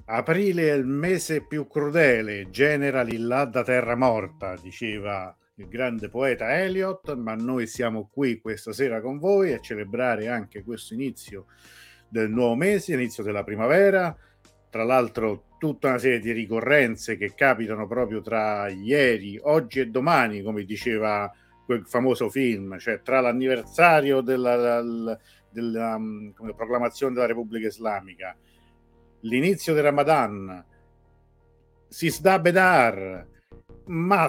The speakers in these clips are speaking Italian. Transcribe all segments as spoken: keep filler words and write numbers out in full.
Aprile è il mese più crudele, genera lì da terra morta, diceva il grande poeta Eliot, ma noi siamo qui questa sera con voi a celebrare anche questo inizio del nuovo mese, inizio della primavera. Tra l'altro tutta una serie di ricorrenze che capitano proprio tra ieri, oggi e domani, come diceva quel famoso film, cioè tra l'anniversario della, della, della um, proclamazione della Repubblica Islamica, l'inizio del Ramadan, Sisda Bedar, ma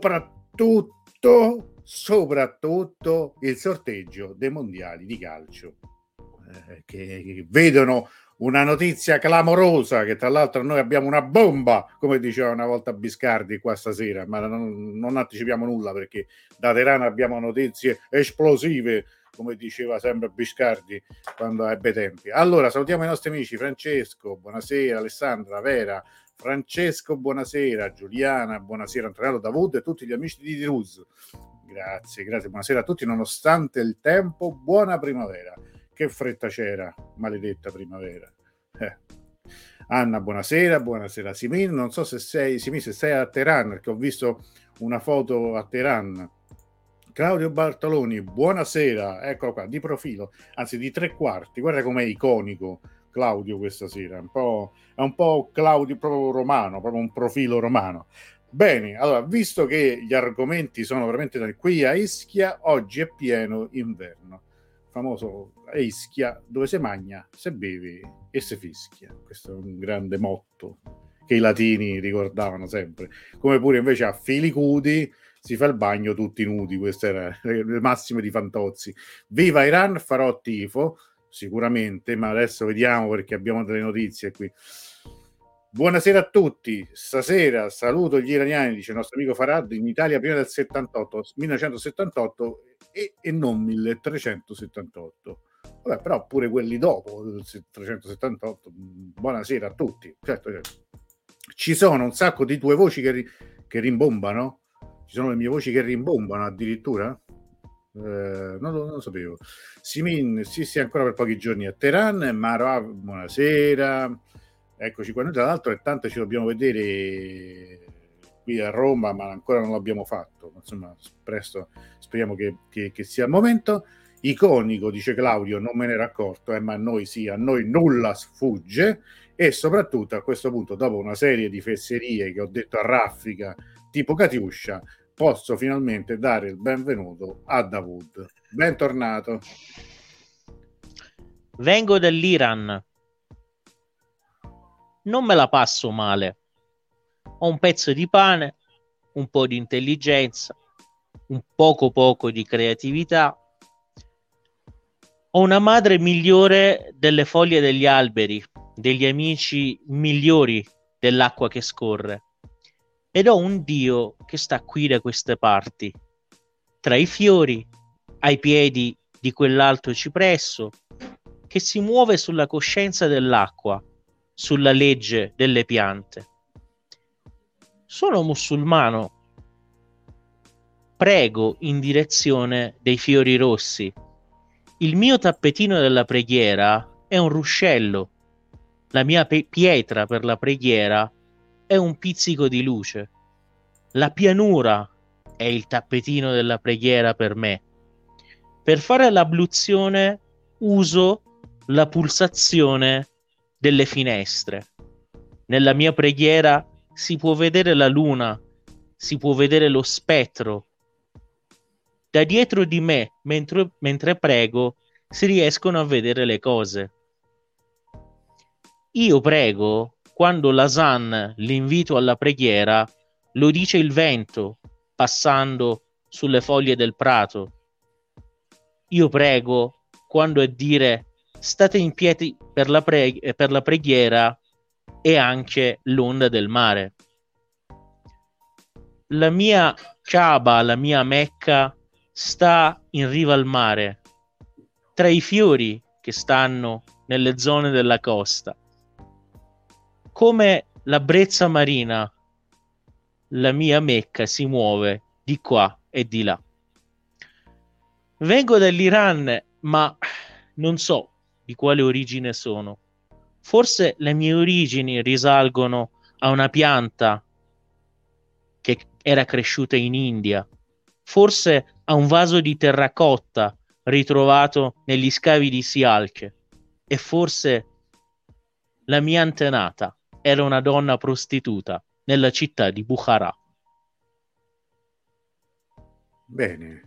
soprattutto soprattutto il sorteggio dei mondiali di calcio, eh, che vedono una notizia clamorosa, che tra l'altro noi abbiamo una bomba, come diceva una volta Biscardi qua stasera, ma non, non anticipiamo nulla perché da Teheran abbiamo notizie esplosive, come diceva sempre Biscardi quando ebbe tempi. Allora salutiamo i nostri amici Francesco, buonasera, Alessandra, Vera, Francesco, buonasera, Giuliana, buonasera, Antonello, Davud e tutti gli amici di Diruz. Grazie, grazie, buonasera a tutti, nonostante il tempo, buona primavera. Che fretta c'era, maledetta primavera. Eh. Anna, buonasera, buonasera Simin, non so se sei, Simin, se sei a Teheran, perché ho visto una foto a Teheran. Claudio Bartoloni, buonasera, eccolo qua, di profilo, anzi di tre quarti, guarda com'è iconico Claudio questa sera, un po', è un po' Claudio proprio romano, proprio un profilo romano. Bene, allora, visto che gli argomenti sono veramente da qui a Ischia, oggi è pieno inverno, famoso a Ischia, dove si magna, se bevi e se fischia. Questo è un grande motto che i latini ricordavano sempre, come pure invece a Filicudi si fa il bagno tutti nudi, queste erano le massime di Fantozzi. Viva Iran, farò tifo, sicuramente, ma adesso vediamo perché abbiamo delle notizie qui. Buonasera a tutti, stasera saluto gli iraniani, dice il nostro amico Farad, in Italia prima del settantotto, millenovecentosettantotto e, e non milletrecentosettantotto. Vabbè, però pure quelli dopo il trecentosessantotto, buonasera a tutti. Certo, certo. Ci sono un sacco di tue voci che, ri- che rimbombano, ci sono le mie voci che rimbombano addirittura? Eh, non, lo, non lo sapevo. Simin, sì, sì, ancora per pochi giorni a Teheran. Maro, buonasera. Eccoci qua. Noi tra l'altro è tanto ci dobbiamo vedere qui a Roma, ma ancora non l'abbiamo fatto. Insomma, presto speriamo che, che, che sia il momento. Iconico, dice Claudio, non me ne ero accorto, eh, ma a noi sì, a noi nulla sfugge. E soprattutto a questo punto, dopo una serie di fesserie che ho detto a raffica, tipo Catiuscia, posso finalmente dare il benvenuto a Davud. Bentornato. Vengo dall'Iran. Non me la passo male. Ho un pezzo di pane, un po' di intelligenza, un poco poco di creatività. Ho una madre migliore delle foglie degli alberi, degli amici migliori dell'acqua che scorre. Ed ho un Dio che sta qui da queste parti, tra i fiori, ai piedi di quell'alto cipresso, che si muove sulla coscienza dell'acqua, sulla legge delle piante. Sono musulmano. Prego in direzione dei fiori rossi. Il mio tappetino della preghiera è un ruscello. La mia pe- pietra per la preghiera è un pizzico di luce. La pianura è il tappetino della preghiera per me. Per fare l'abluzione uso la pulsazione delle finestre. Nella mia preghiera si può vedere la luna, si può vedere lo spettro. Da dietro di me, mentre, mentre prego, si riescono a vedere le cose. Io prego quando l'Azan, l'invito alla preghiera, lo dice il vento, passando sulle foglie del prato. Io prego quando è dire state in piedi per la, pre- per la preghiera e anche l'onda del mare. La mia Kaaba, la mia Mecca, sta in riva al mare, tra i fiori che stanno nelle zone della costa. Come la brezza marina, la mia Mecca si muove di qua e di là. Vengo dall'Iran, ma non so di quale origine sono. Forse le mie origini risalgono a una pianta che era cresciuta in India, forse a un vaso di terracotta ritrovato negli scavi di Sialche, e forse la mia antenata era una donna prostituta nella città di Bukhara. Bene.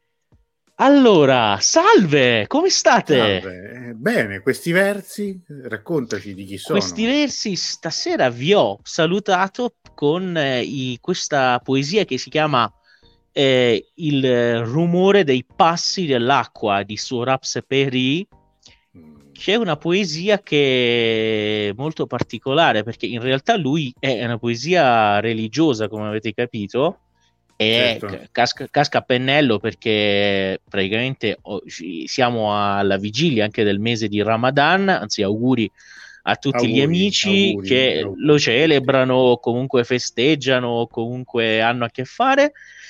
Allora, salve, come state? Salve. Eh, bene, questi versi, raccontaci di chi Questi sono. versi stasera vi ho salutato con eh, i- questa poesia che si chiama eh, Il rumore dei passi dell'acqua di Sohrab Sepehri, Mm, che è una poesia che è molto particolare perché in realtà lui è una poesia religiosa, come avete capito, e certo. c- casca, casca a pennello perché praticamente oh, ci- siamo alla vigilia anche del mese di Ramadan, anzi auguri a tutti gli Auguri, amici auguri, che auguri lo a tutti. celebrano o comunque festeggiano o comunque hanno a che fare.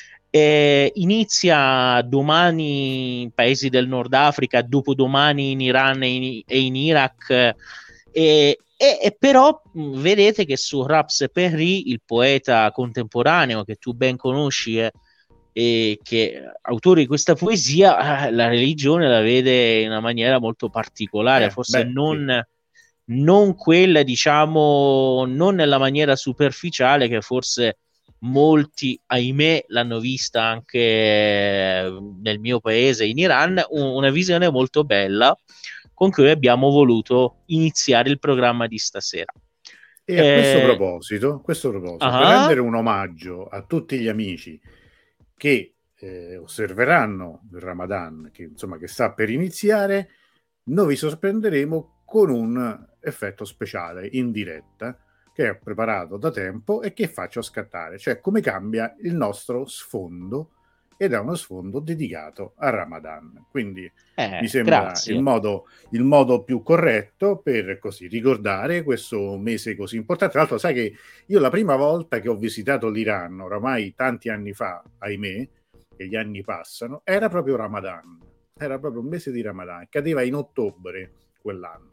Eh, inizia domani in paesi del Nord Africa, dopodomani in Iran e in, e in Iraq. Eh, e, e però mh, vedete che su Sohrab Sepehri, il poeta contemporaneo che tu ben conosci, eh, e che autore di questa poesia, eh, la religione la vede in una maniera molto particolare, Eh, forse beh, sì. non, non quella, diciamo, non nella maniera superficiale che forse molti, ahimè, l'hanno vista anche eh, nel mio paese, in Iran, un- una visione molto bella con cui abbiamo voluto iniziare il programma di stasera. E a questo Eh, proposito, a questo proposito, per ah, rendere un omaggio a tutti gli amici che eh, osserveranno il Ramadan, che insomma che sta per iniziare, noi vi sorprenderemo con un effetto speciale in diretta che ho preparato da tempo e che faccio scattare, cioè come cambia il nostro sfondo, ed è uno sfondo dedicato a Ramadan. Quindi mi eh, sembra il grazie. modo, il modo più corretto per così ricordare questo mese così importante. Tra l'altro, sai che io la prima volta che ho visitato l'Iran, oramai tanti anni fa, ahimè, che gli anni passano, era proprio Ramadan, era proprio un mese di Ramadan, cadeva in ottobre quell'anno.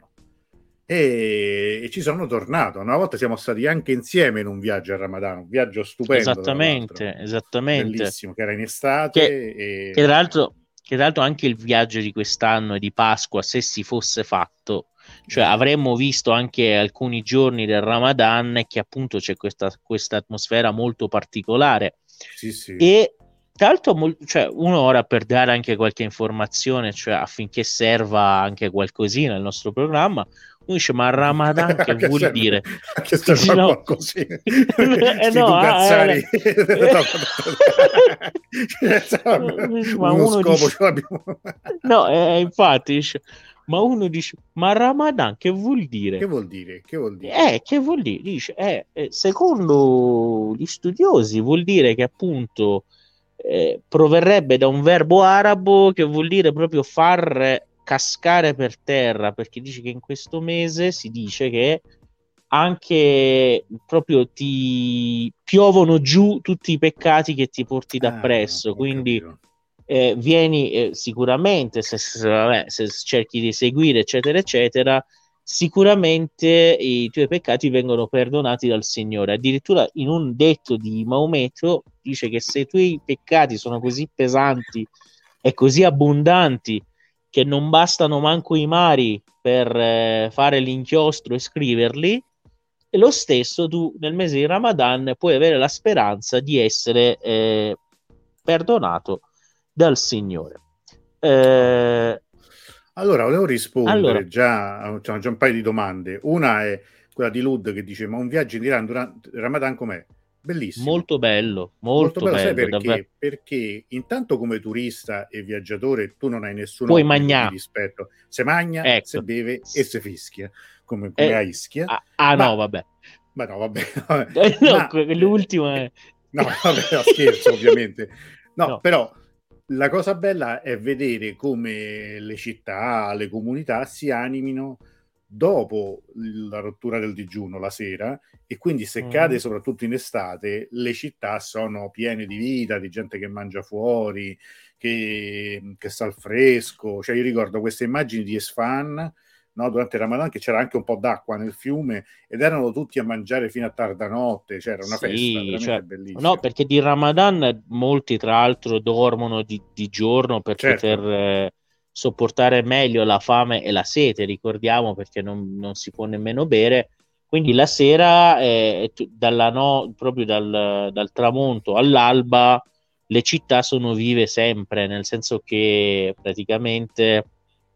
E, e ci sono tornato. Una volta siamo stati anche insieme in un viaggio a Ramadan, un viaggio stupendo, tra l'altro, Esattamente, esattamente. bellissimo, che era in Che, estate. che E tra l'altro, che tra l'altro anche il viaggio di quest'anno e di Pasqua, se si fosse fatto, cioè eh, avremmo visto anche alcuni giorni del Ramadan e che appunto c'è questa, questa atmosfera molto particolare. sì, sì. E tra l'altro, mol- cioè, uno ora per dare anche qualche informazione, cioè affinché serva anche qualcosina al nostro programma, uno dice, ma Ramadan che A che vuol serve? dire? A che Dici, serve no. qualcosina? Eh Sti no, tu ah, cazzari. eh, eh. Ma Uno uno scopo dice, ce l'abbiamo. no, eh, infatti, dice, ma uno dice, ma Ramadan che vuol Che dire? vuol dire? Che vuol dire? Eh, che vuol dire? Dice, eh, eh, secondo gli studiosi vuol dire che appunto eh, proverrebbe da un verbo arabo che vuol dire proprio far cascare per terra, perché dice che in questo mese si dice che anche proprio ti piovono giù tutti i peccati che ti porti da Ah, presso, ho quindi capito. eh, vieni eh, sicuramente se, se, vabbè, se cerchi di seguire eccetera eccetera, sicuramente i tuoi peccati vengono perdonati dal Signore. Addirittura in un detto di Maometto dice che se i tuoi peccati sono così pesanti e così abbondanti che non bastano manco i mari per eh, fare l'inchiostro e scriverli, e lo stesso tu nel mese di Ramadan puoi avere la speranza di essere eh, perdonato dal Signore. Oh. Eh, Allora, volevo allora, rispondere già, c'erano già un paio di domande. Una è quella di Lud che dice: ma un viaggio in Iran durante Ramadan com'è? Bellissimo. molto bello, Molto molto bello, sai bello, davvero. perché? Perché intanto come turista e viaggiatore tu non hai nessun Puoi obbligo di mangiare, rispetto. Se magna, se ecco. beve e se fischia, come, come Eh, a Ischia. ah, ah, no, Ma, vabbè. ma no, vabbè, vabbè. No, Ma, que- eh, l'ultimo è... no, vabbè, no, scherzo ovviamente. No, No. però la cosa bella è vedere come le città, le comunità si animino dopo la rottura del digiuno la sera, e quindi se cade Mhm. soprattutto in estate le città sono piene di vita, di gente che mangia fuori, che, che sta al fresco. Cioè io ricordo queste immagini di Esfahan no, durante il Ramadan, che c'era anche un po' d'acqua nel fiume ed erano tutti a mangiare fino a tarda notte, c'era una Sì, festa veramente cioè, bellissima. no, perché di Ramadan molti tra l'altro dormono di, di giorno per Certo. poter eh, sopportare meglio la fame e la sete, ricordiamo, perché non, non si può nemmeno bere. Quindi la sera, eh, tu- dalla no, proprio dal, dal tramonto all'alba, le città sono vive sempre, nel senso che praticamente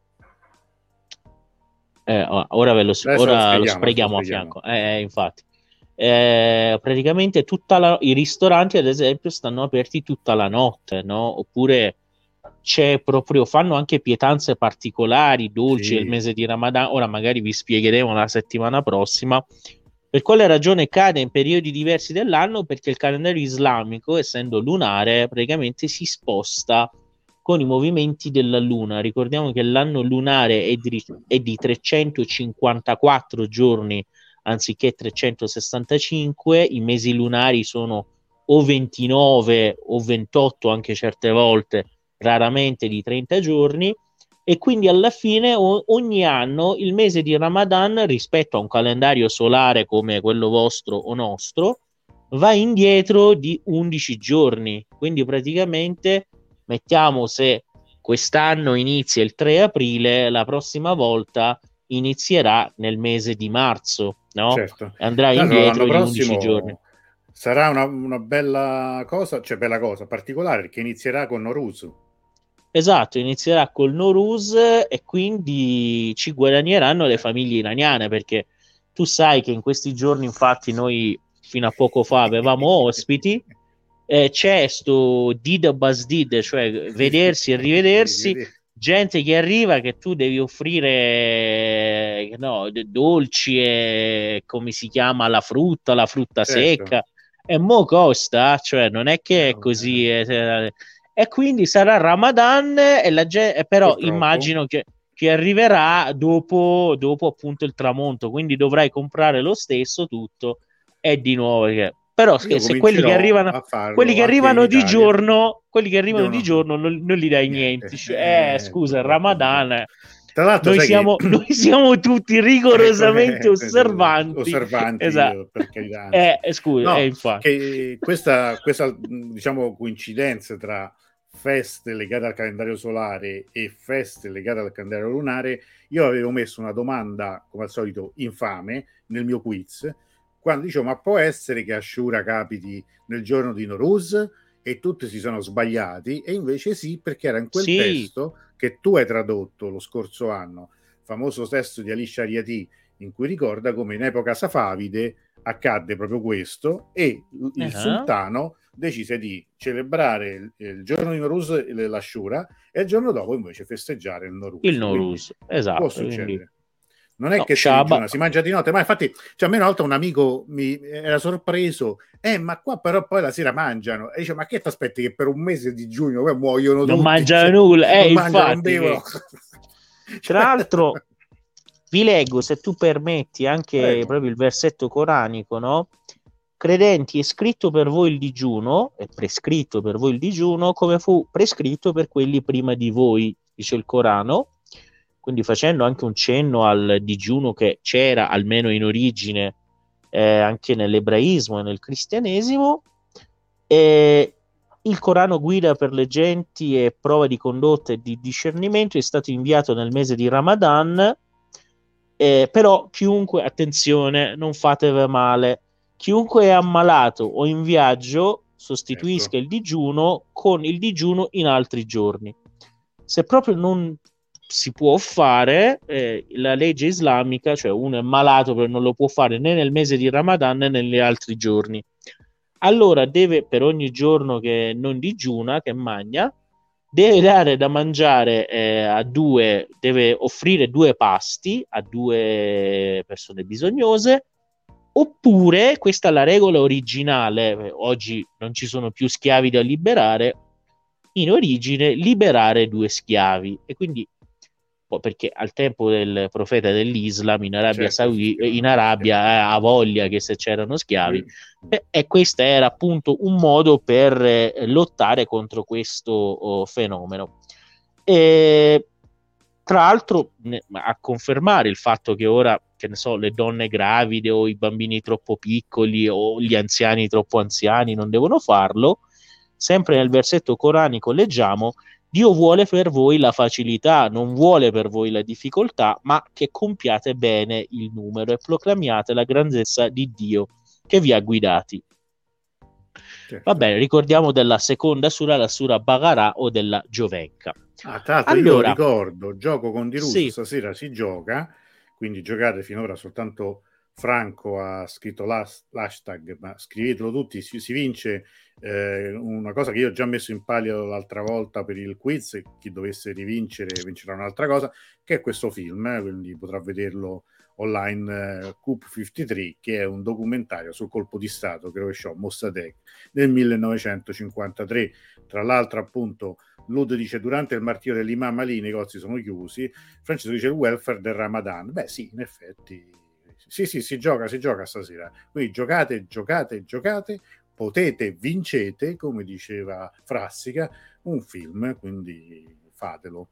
eh, ora, ve lo, Adesso lo ora lo spieghiamo, adesso lo sprechiamo a spieghiamo. fianco. Eh, infatti, eh, praticamente tutta la- i ristoranti, ad esempio, stanno aperti tutta la notte, no? Oppure c'è proprio, fanno anche pietanze particolari, dolci nel Sì, mese di Ramadan. Ora magari vi spiegheremo la settimana prossima. Per quale ragione cade in periodi diversi dell'anno? Perché il calendario islamico, essendo lunare, praticamente si sposta con i movimenti della Luna. Ricordiamo che l'anno lunare è di, è di trecentocinquantaquattro giorni anziché trecentosessantacinque, i mesi lunari sono o ventinove o ventotto anche certe volte, raramente di trenta giorni, e quindi alla fine o- ogni anno il mese di Ramadan rispetto a un calendario solare come quello vostro o nostro va indietro di undici giorni, quindi praticamente mettiamo se quest'anno inizia il tre aprile, la prossima volta inizierà nel mese di marzo, no? certo. E andrà Tra l'altro l'anno indietro di undici giorni. prossimo sarà una, una bella cosa, cioè bella cosa particolare, perché inizierà con Nowruz. Esatto, inizierà col Nowruz e quindi ci guadagneranno le famiglie iraniane, perché tu sai che in questi giorni, infatti, noi fino a poco fa avevamo ospiti, eh, c'è sto Did Basdid, cioè vedersi e rivedersi, gente che arriva che tu devi offrire no, d- dolci e come si chiama la frutta, la frutta Certo. secca, e mo costa, cioè non è che è così. eh, eh, e quindi sarà Ramadan, e la gente, però Purtroppo. immagino che, che arriverà dopo, dopo appunto il tramonto, quindi dovrai comprare lo stesso tutto e di nuovo. Che, però Io se, se quelli che comincerò arrivano, a quelli farlo che anche in arrivano di Italia. giorno, quelli che arrivano di Devono... giorno non, non gli dai niente. Niente. Dici, eh, Eh, scusa, il purtroppo, purtroppo. Ramadan. Tra l'altro, Noi sai che siamo, noi siamo tutti ecco, rigorosamente eh, osservanti. osservanti, Esatto. io, per carità, anzi. Eh, scusa, eh, No, infatti. che questa, questa diciamo coincidenza tra feste legate al calendario solare e feste legate al calendario lunare, io avevo messo una domanda, come al solito, infame nel mio quiz, quando dicevo, ma può essere che Ashura capiti nel giorno di Nowruz? E tutti si sono sbagliati, e invece sì, perché era in quel Sì. testo che tu hai tradotto lo scorso anno, famoso testo di Ali Shariati, in cui ricorda come in epoca safavide accadde proprio questo, e il Uh-huh. sultano decise di celebrare il, il giorno di Nowruz, l'Ashura, e il giorno dopo invece festeggiare il Il Nowruz. Quindi Nowruz, può esatto, quindi succedere. Non è no, che si Shaba, digiuna, si mangia di notte, ma infatti, cioè, a me una volta un amico mi era sorpreso, eh, ma qua però poi la sera mangiano, e dice, ma che ti aspetti che per un mese di giugno poi muoiono non tutti, mangiano cioè, nulla, eh, non mangiano, non infatti, bevono. che... Tra Cioè... l'altro vi leggo, se tu permetti, anche Prego. proprio il versetto coranico, no? Credenti, è scritto per voi il digiuno, è prescritto per voi il digiuno, come fu prescritto per quelli prima di voi, dice il Corano, quindi facendo anche un cenno al digiuno che c'era almeno in origine eh, anche nell'ebraismo e nel cristianesimo. E il Corano guida per le genti e prova di condotta e di discernimento, è stato inviato nel mese di Ramadan, eh, però chiunque, attenzione, non fatevi male, chiunque è ammalato o in viaggio sostituisca Ecco. il digiuno con il digiuno in altri giorni. Se proprio non si può fare, eh, la legge islamica, cioè uno è malato però non lo può fare né nel mese di Ramadan né negli altri giorni, allora deve, per ogni giorno che non digiuna, che mangia, deve dare da mangiare eh, a due, deve offrire due pasti a due persone bisognose, oppure, questa è la regola originale, oggi non ci sono più schiavi da liberare, in origine liberare due schiavi, e quindi perché al tempo del profeta dell'Islam in Arabia Certo, Saudita, in effettivamente, Arabia eh, ha voglia che se c'erano schiavi, sì. e, e questo era appunto un modo per eh, lottare contro questo oh, fenomeno. E tra l'altro ne, a confermare il fatto che ora, che ne so, le donne gravide o i bambini troppo piccoli o gli anziani troppo anziani non devono farlo, sempre nel versetto coranico leggiamo: Dio vuole per voi la facilità, non vuole per voi la difficoltà, ma che compiate bene il numero e proclamiate la grandezza di Dio che vi ha guidati. Certo. Va bene, ricordiamo della seconda sura, la sura Bagara o della Giovenca. Ah, tra l'altro allora, io ricordo, gioco con Di Russo, sì. Stasera si gioca, quindi giocate finora soltanto Franco ha scritto l'hashtag, ma scrivetelo tutti, si, si vince eh, una cosa che io ho già messo in palio l'altra volta per il quiz, chi dovesse rivincere vincerà un'altra cosa, che è questo film, eh, quindi potrà vederlo online, eh, Coup cinquantatré, che è un documentario sul colpo di stato che rovesciò Mossadegh nel millenovecentocinquantatré. Tra l'altro appunto Lud dice: durante il martirio dell'imam Ali i negozi sono chiusi. Francesco dice: il welfare del Ramadan. Beh sì, in effetti sì sì, si gioca, si gioca stasera, quindi giocate, giocate, giocate, potete, vincete, come diceva Frassica, un film, quindi fatelo.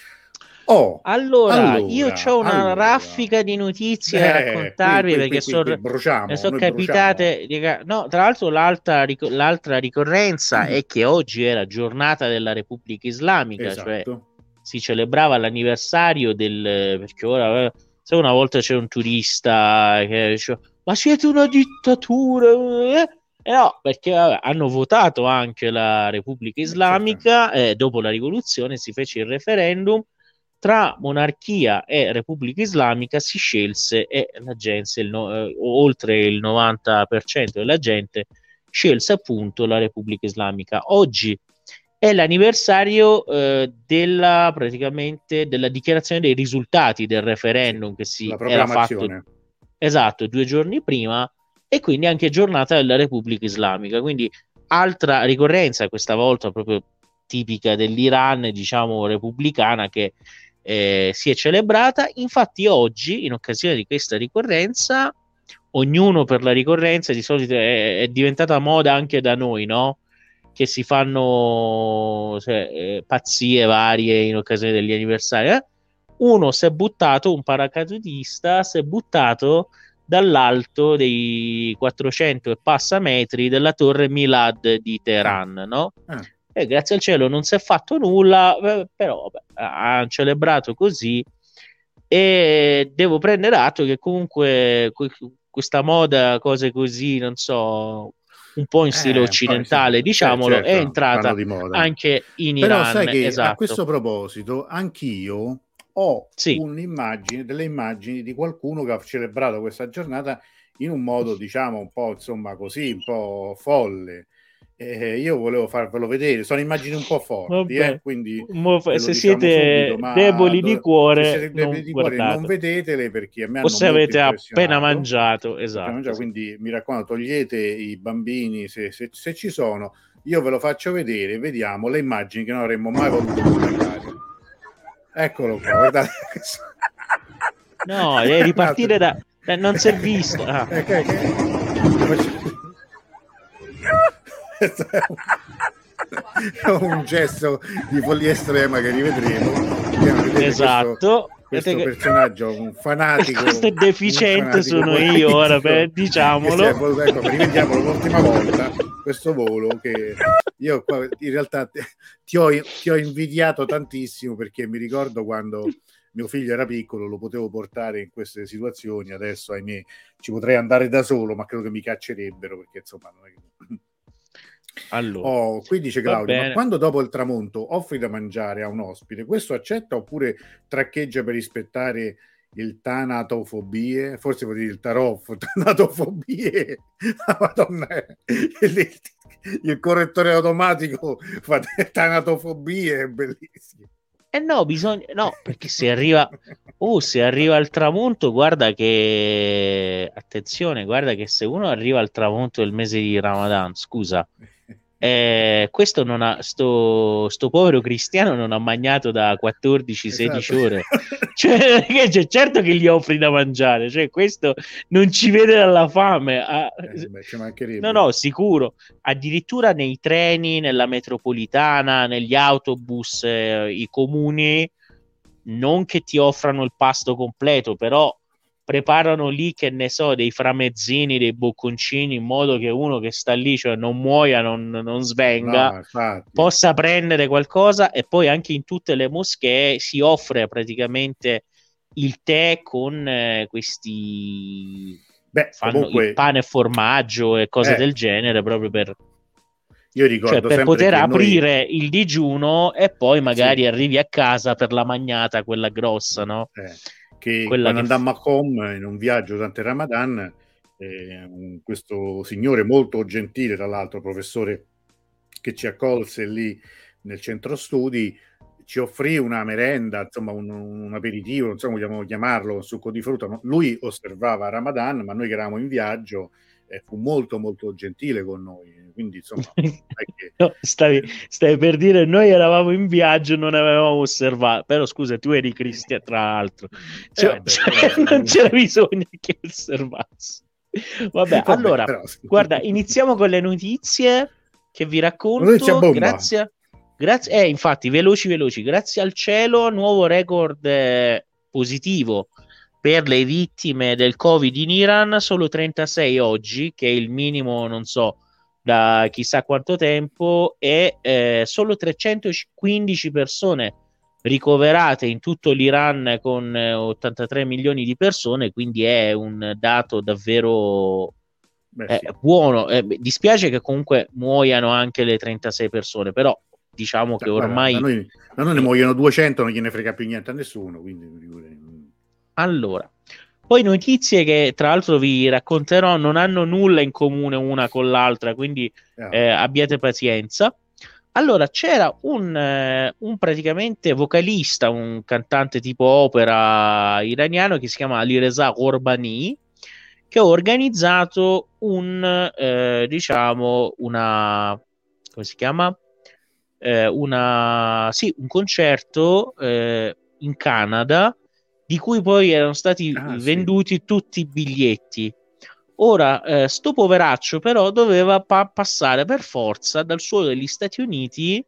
Oh, allora, allora io ho una allora. raffica di notizie da eh, raccontarvi, qui, qui, perché qui, qui, qui, bruciamo, ne sono capitate. Bruciamo. No, tra l'altro, l'altra, l'altra ricorrenza mm. è che oggi era giornata della Repubblica Islamica, esatto. Cioè si celebrava l'anniversario del. Perché ora, se una volta c'è un turista che dice: ma siete una dittatura? Eh? Eh no, perché vabbè, hanno votato anche la Repubblica Islamica, eh, dopo la rivoluzione si fece il referendum. Tra monarchia e Repubblica Islamica si scelse e la gente, il no, eh, oltre il novanta per cento della gente scelse appunto la Repubblica Islamica. Oggi è l'anniversario eh, della praticamente della dichiarazione dei risultati del referendum, che si era fatto esatto due giorni prima, e quindi anche giornata della Repubblica Islamica. Quindi altra ricorrenza, questa volta proprio tipica dell'Iran, diciamo repubblicana, che Eh, si è celebrata. Infatti oggi, in occasione di questa ricorrenza, ognuno per la ricorrenza, di solito è, è diventata moda anche da noi, no? Che si fanno cioè, eh, pazzie varie in occasione degli anniversari. Eh? Uno si è buttato, un paracadutista si è buttato dall'alto dei quattrocento e passa metri della torre Milad di Teheran, no? Eh. E grazie al cielo non si è fatto nulla, però vabbè, ha celebrato così. E devo prendere atto che comunque questa moda, cose così, non so, un po' in stile eh, occidentale, sì, diciamolo, certo, è entrata di moda anche in Iran. Però sai che esatto. A questo proposito anch'io ho sì. un'immagine, delle immagini di qualcuno che ha celebrato questa giornata in un modo, diciamo, un po' insomma così, un po' folle. Eh, io volevo farvelo vedere, sono immagini un po' forti, eh, quindi Mo, se diciamo siete subito, deboli di cuore, se siete deboli non, di cuore non vedetele, perché a me o hanno se avete appena mangiato, esatto, mangiato, sì. Quindi mi raccomando, togliete i bambini se, se, se ci sono, io ve lo faccio vedere, vediamo le immagini che non avremmo mai voluto pubblicare. Eccolo qua, guardate. No, devi ripartire da, da non si è visto. Ah. Okay, okay. È un gesto di follia estrema che rivedremo. Esatto. Questo, questo personaggio, un fanatico. Questo è deficiente, sono io ora, per, diciamolo. Ecco, rivediamolo l'ultima volta. Questo volo che io qua in realtà ti ho, ti ho invidiato tantissimo, perché mi ricordo quando mio figlio era piccolo, lo potevo portare in queste situazioni. Adesso, ahimè, ci potrei andare da solo, ma credo che mi caccerebbero, perché insomma non è che... Allora, oh, qui dice Claudio: ma quando dopo il tramonto offri da mangiare a un ospite, questo accetta oppure traccheggia per rispettare il tanatofobie? Forse vuol dire il tarof, tanatofobie. Madonna, il, il correttore automatico fa tanatofobie, è bellissimo. Eh no, bisogna no, perché se arriva oh, se arriva al tramonto, guarda che attenzione, guarda che se uno arriva al tramonto del mese di Ramadan, scusa, eh, questo non ha sto, sto povero cristiano non ha mangiato da quattordici sedici esatto. ore. Cioè, cioè, certo che gli offri da mangiare, cioè questo non ci vede dalla fame. Ah, eh, beh, ci mancherebbe. No, no, sicuro. Addirittura nei treni, nella metropolitana, negli autobus, eh, i comuni, non che ti offrano il pasto completo, però preparano lì, che ne so, dei framezzini, dei bocconcini, in modo che uno che sta lì, cioè, non muoia, non, non svenga, No, infatti. possa prendere qualcosa. E poi anche in tutte le moschee si offre praticamente il tè con eh, questi, Beh, fanno il comunque, pane e formaggio e cose eh, del genere, proprio per, io cioè, ricordo per sempre poter che noi, aprire il digiuno e poi sì, magari arrivi a casa per la magnata, quella grossa, no? eh, che Quella quando che f- andammo a Qom in un viaggio durante il Ramadan, eh, un- questo signore molto gentile, tra l'altro, professore che ci accolse lì nel centro studi, ci offrì una merenda, insomma un, un aperitivo, non so come vogliamo chiamarlo, un succo di frutta. No? Lui osservava Ramadan, ma noi che eravamo in viaggio, eh, fu molto molto gentile con noi, quindi insomma non è che... No, stavi, eh, stavi per dire noi eravamo in viaggio, non avevamo osservato, però scusa, tu eri cristiano, tra l'altro, eh, cioè, vabbè, cioè, però, non c'era bisogno che osservassi. Vabbè, vabbè, allora, però sì. guarda, iniziamo con le notizie che vi Notizia racconto. bomba. Grazie, grazie, eh, infatti, veloci, veloci, grazie al cielo, nuovo record eh, positivo per le vittime del Covid in Iran, solo trentasei oggi, che è il minimo, non so, da chissà quanto tempo, e eh, solo trecentoquindici persone ricoverate in tutto l'Iran con eh, ottantatré milioni di persone, quindi è un dato davvero Beh, eh, sì. buono. Eh, dispiace che comunque muoiano anche le trentasei persone, però diciamo che Da, guarda, da ormai... noi, da noi ne eh, muoiono duecento, non gliene frega più niente a nessuno, quindi allora, poi notizie che tra l'altro vi racconterò non hanno nulla in comune una con l'altra, quindi eh, eh, abbiate pazienza. Allora, c'era un, eh, un praticamente vocalista, un cantante tipo opera iraniano che si chiama Alireza Ghorbani, che ha organizzato un, eh, diciamo, una, come si chiama? Eh, una, sì, un concerto eh, in Canada di cui poi erano stati ah, sì. venduti tutti i biglietti. Ora, eh, sto poveraccio però doveva pa- passare per forza dal suolo degli Stati Uniti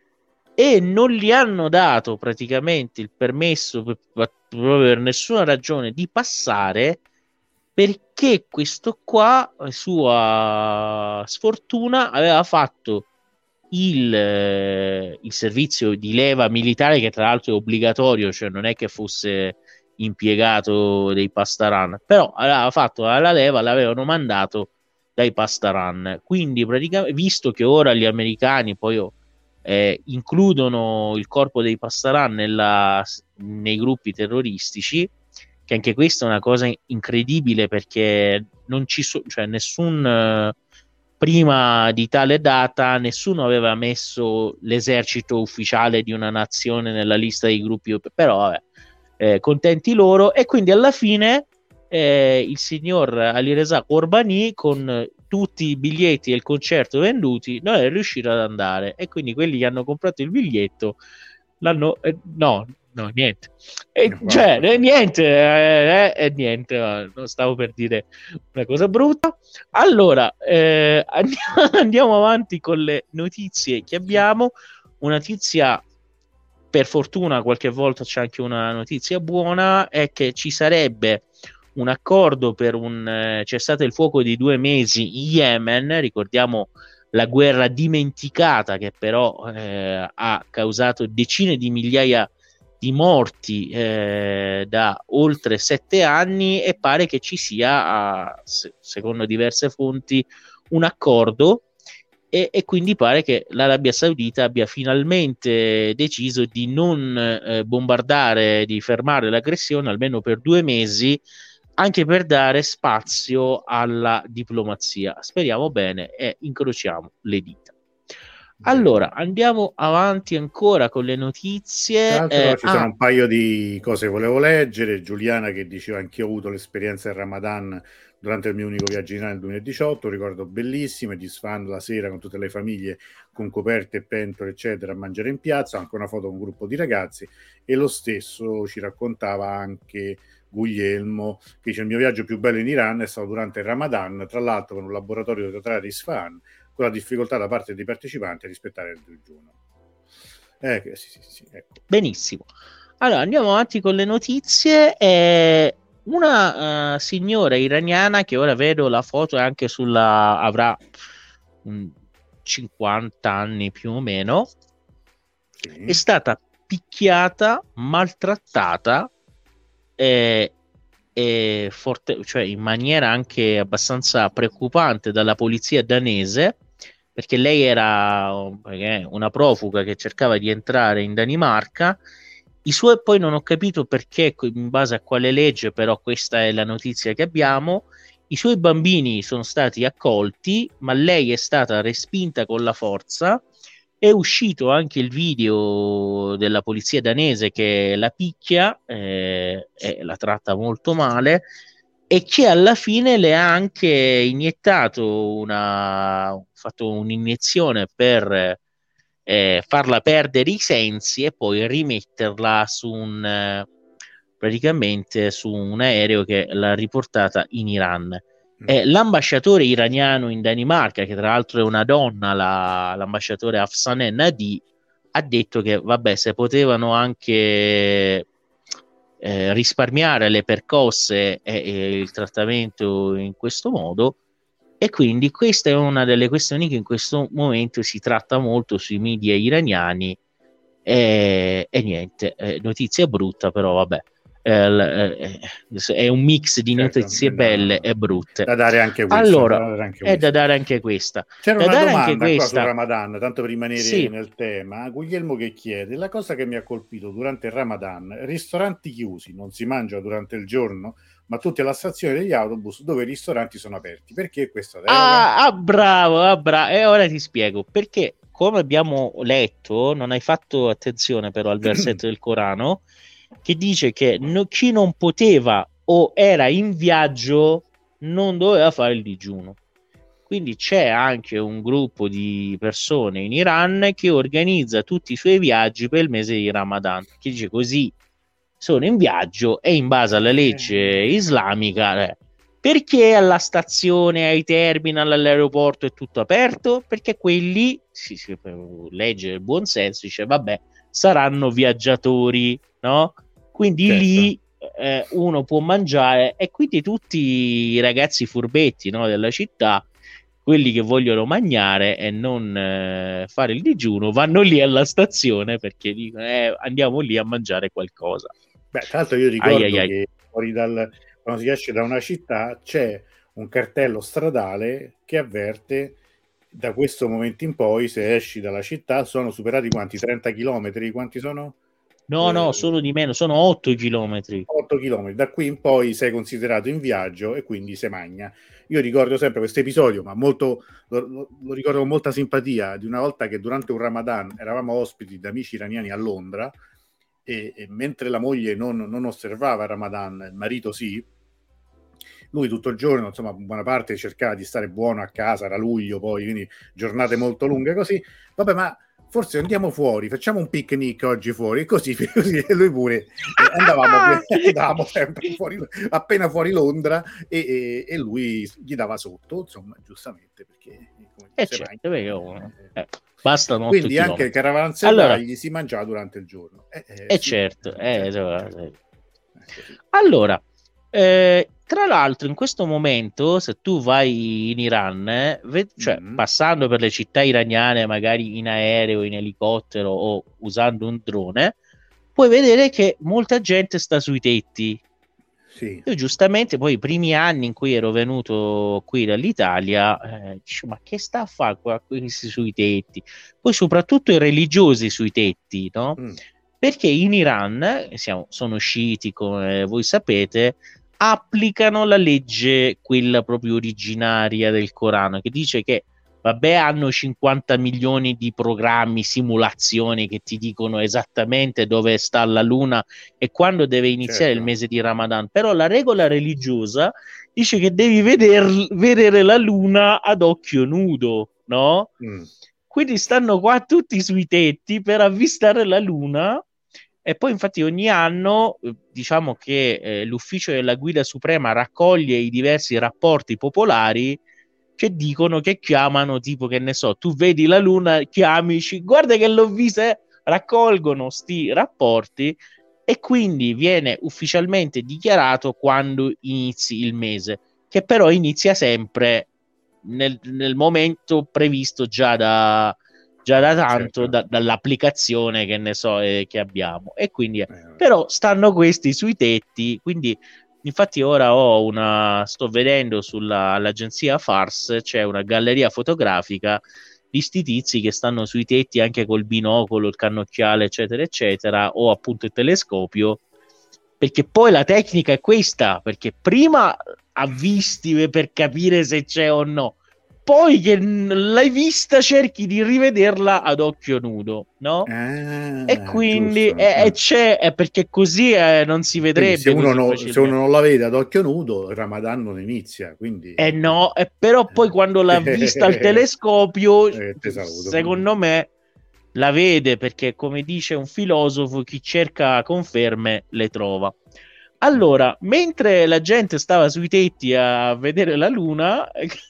e non gli hanno dato praticamente il permesso per, per- proprio per nessuna ragione di passare, perché questo qua, eh, sua sfortuna, aveva fatto il, eh, il servizio di leva militare, che tra l'altro è obbligatorio, cioè non è che fosse impiegato dei Pastaran, però aveva fatto la leva, l'avevano mandato dai Pastaran. Quindi praticamente, visto che ora gli americani poi eh, includono il corpo dei Pastaran nella, nei gruppi terroristici, che anche questa è una cosa incredibile, perché non ci so, cioè nessun eh, prima di tale data nessuno aveva messo l'esercito ufficiale di una nazione nella lista dei gruppi, però vabbè, eh, contenti loro. E quindi alla fine eh, il signor Alireza Corbani, con tutti i biglietti e il concerto venduti, non è riuscito ad andare, e quindi quelli che hanno comprato il biglietto l'hanno eh, no, no, niente. E, cioè, eh, niente, eh, eh, niente, no, non stavo per dire una cosa brutta. Allora, eh, andiamo, andiamo avanti con le notizie che abbiamo. Una notizia, per fortuna, qualche volta c'è anche una notizia buona, è che ci sarebbe un accordo per un eh, cessate il fuoco di due mesi in Yemen. Ricordiamo la guerra dimenticata che però eh, ha causato decine di migliaia di morti eh, da oltre sette anni, e pare che ci sia, a, se, secondo diverse fonti, un accordo, e, e quindi pare che l'Arabia Saudita abbia finalmente deciso di non eh, bombardare, di fermare l'aggressione almeno per due mesi, anche per dare spazio alla diplomazia. Speriamo bene e incrociamo le dita. Allora, Bene. andiamo avanti ancora con le Tra notizie. l'altro Eh, ci sono ah, un paio di cose che volevo leggere. Giuliana che diceva: anch'io ho avuto l'esperienza del Ramadan durante il mio unico viaggio in Italia nel duemiladiciotto, ricordo bellissimo, gli sfan la sera con tutte le famiglie con coperte e pentole eccetera a mangiare in piazza, anche una foto con un gruppo di ragazzi. E lo stesso ci raccontava anche Guglielmo, che dice: il mio viaggio più bello in Iran è stato durante il Ramadan, tra l'altro con un laboratorio teatrale di Isfahan, con la difficoltà da parte dei partecipanti a rispettare il digiuno. Eh, sì, sì, sì, ecco. benissimo. Allora, andiamo avanti con le notizie. Eh, una uh, signora iraniana che ora vedo la foto anche sulla, avrà um, cinquanta anni più o meno, sì. È stata picchiata, maltrattata e, e forte, cioè in maniera anche abbastanza preoccupante dalla polizia danese, perché lei era una profuga che cercava di entrare in Danimarca. I suoi, poi non ho capito perché, in base a quale legge, però questa è la notizia che abbiamo. I suoi bambini sono stati accolti, ma lei è stata respinta con la forza. È uscito anche il video della polizia danese che la picchia eh, e la tratta molto male, e che alla fine le ha anche iniettato una, fatto un'iniezione per eh, farla perdere i sensi e poi rimetterla su un eh, praticamente su un aereo che l'ha riportata in Iran. Eh, l'ambasciatore iraniano in Danimarca, che tra l'altro è una donna, la, l'ambasciatore Afsaneh Nadi, ha detto che vabbè, se potevano anche eh, risparmiare le percosse e, e il trattamento in questo modo. E quindi questa è una delle questioni che in questo momento si tratta molto sui media iraniani. E, e niente, eh, notizia brutta, però vabbè. Eh, è un mix di certo, notizie da, belle e brutte. Da dare anche questa. Allora, da dare anche è questa. da dare anche questa. C'era da una dare domanda anche qua questa. sul Ramadan, tanto per rimanere sì. nel tema. Guglielmo che chiede: la cosa che mi ha colpito durante il Ramadan, ristoranti chiusi, non si mangia durante il giorno, ma tutti alla stazione degli autobus dove i ristoranti sono aperti. Perché questa deroga? Ah, ah bravo, ah, bravo. E ora ti spiego. Perché, come abbiamo letto, non hai fatto attenzione però al versetto del Corano, che dice che no, chi non poteva o era in viaggio non doveva fare il digiuno. Quindi c'è anche un gruppo di persone in Iran che organizza tutti i suoi viaggi per il mese di Ramadan, che dice così sono in viaggio e in base alla legge islamica eh, perché alla stazione, ai terminal, all'aeroporto è tutto aperto? Perché quelli, si, si legge il buon senso, dice vabbè, saranno viaggiatori, no? Quindi certo. Lì eh, uno può mangiare, e quindi tutti i ragazzi furbetti, no, della città, quelli che vogliono mangiare e non eh, fare il digiuno, vanno lì alla stazione perché dicono eh, andiamo lì a mangiare qualcosa. Beh, tra l'altro io ricordo ai, ai, ai. che fuori dal, quando si esce da una città c'è un cartello stradale che avverte: da questo momento in poi, se esci dalla città, sono superati quanti? trenta chilometri? Quanti sono? No, eh, no, sono di meno, sono otto chilometri. otto chilometri. Da qui in poi sei considerato in viaggio e quindi se magna. Io ricordo sempre questo episodio, ma molto, lo, lo ricordo con molta simpatia, di una volta che durante un Ramadan eravamo ospiti da amici iraniani a Londra e, e mentre la moglie non, non osservava il Ramadan, il marito sì, lui tutto il giorno, insomma, buona parte cercava di stare buono a casa, era luglio poi, quindi giornate molto lunghe così. Vabbè, ma forse andiamo fuori, facciamo un picnic oggi fuori, e così, così e lui pure eh, andavamo, andavamo sempre fuori, appena fuori Londra e, e, e lui gli dava sotto, insomma, giustamente, perché come eh certo, beh, io, eh, bastano otto quindi anche il caravanserai allora, gli si mangiava durante il giorno. Eh, eh, eh sì, certo, eh, certo, certo. Allora, eh, tra l'altro in questo momento se tu vai in Iran, eh, ved- cioè mm-hmm. passando per le città iraniane magari in aereo, in elicottero o usando un drone, puoi vedere che molta gente sta sui tetti. Sì. Io giustamente poi i primi anni in cui ero venuto qui dall'Italia eh, dicevo, ma che sta a fare qua questi sui tetti? Poi soprattutto i religiosi sui tetti, no? Mm. Perché in Iran, siamo, sono sciiti come voi sapete, applicano la legge quella proprio originaria del Corano, che dice che vabbè, hanno cinquanta milioni di programmi, simulazioni che ti dicono esattamente dove sta la luna e quando deve iniziare certo. il mese di Ramadan, però la regola religiosa dice che devi veder, vedere la luna ad occhio nudo, no? Mm. Quindi stanno qua tutti sui tetti per avvistare la luna. E poi infatti ogni anno diciamo che eh, l'ufficio della guida suprema raccoglie i diversi rapporti popolari che dicono, che chiamano tipo, che ne so, tu vedi la luna, chiamici, guarda che l'ho vista, eh, raccolgono sti rapporti e quindi viene ufficialmente dichiarato quando inizi il mese, che però inizia sempre nel, nel momento previsto già da, già da tanto, certo. da, dall'applicazione che ne so eh, che abbiamo, e quindi Eh, però stanno questi sui tetti, quindi infatti ora ho una, sto vedendo sull'agenzia Fars, c'è una galleria fotografica di sti tizi che stanno sui tetti anche col binocolo, il cannocchiale, eccetera, eccetera, o appunto il telescopio, perché poi la tecnica è questa, perché prima avvisti per capire se c'è o no, poi che l'hai vista cerchi di rivederla ad occhio nudo, no? Ah, E quindi giusto. e, e Ah. c'è, è perché così eh, non si Quindi se vedrebbe uno, così no, se uno facilmente. non la vede ad occhio nudo, il Ramadan non inizia, quindi... Eh no, eh, però poi quando l'ha vista al telescopio, eh, te saluto. secondo me la vede, perché come dice un filosofo, chi cerca conferme le trova. Allora, mentre la gente stava sui tetti a vedere la luna,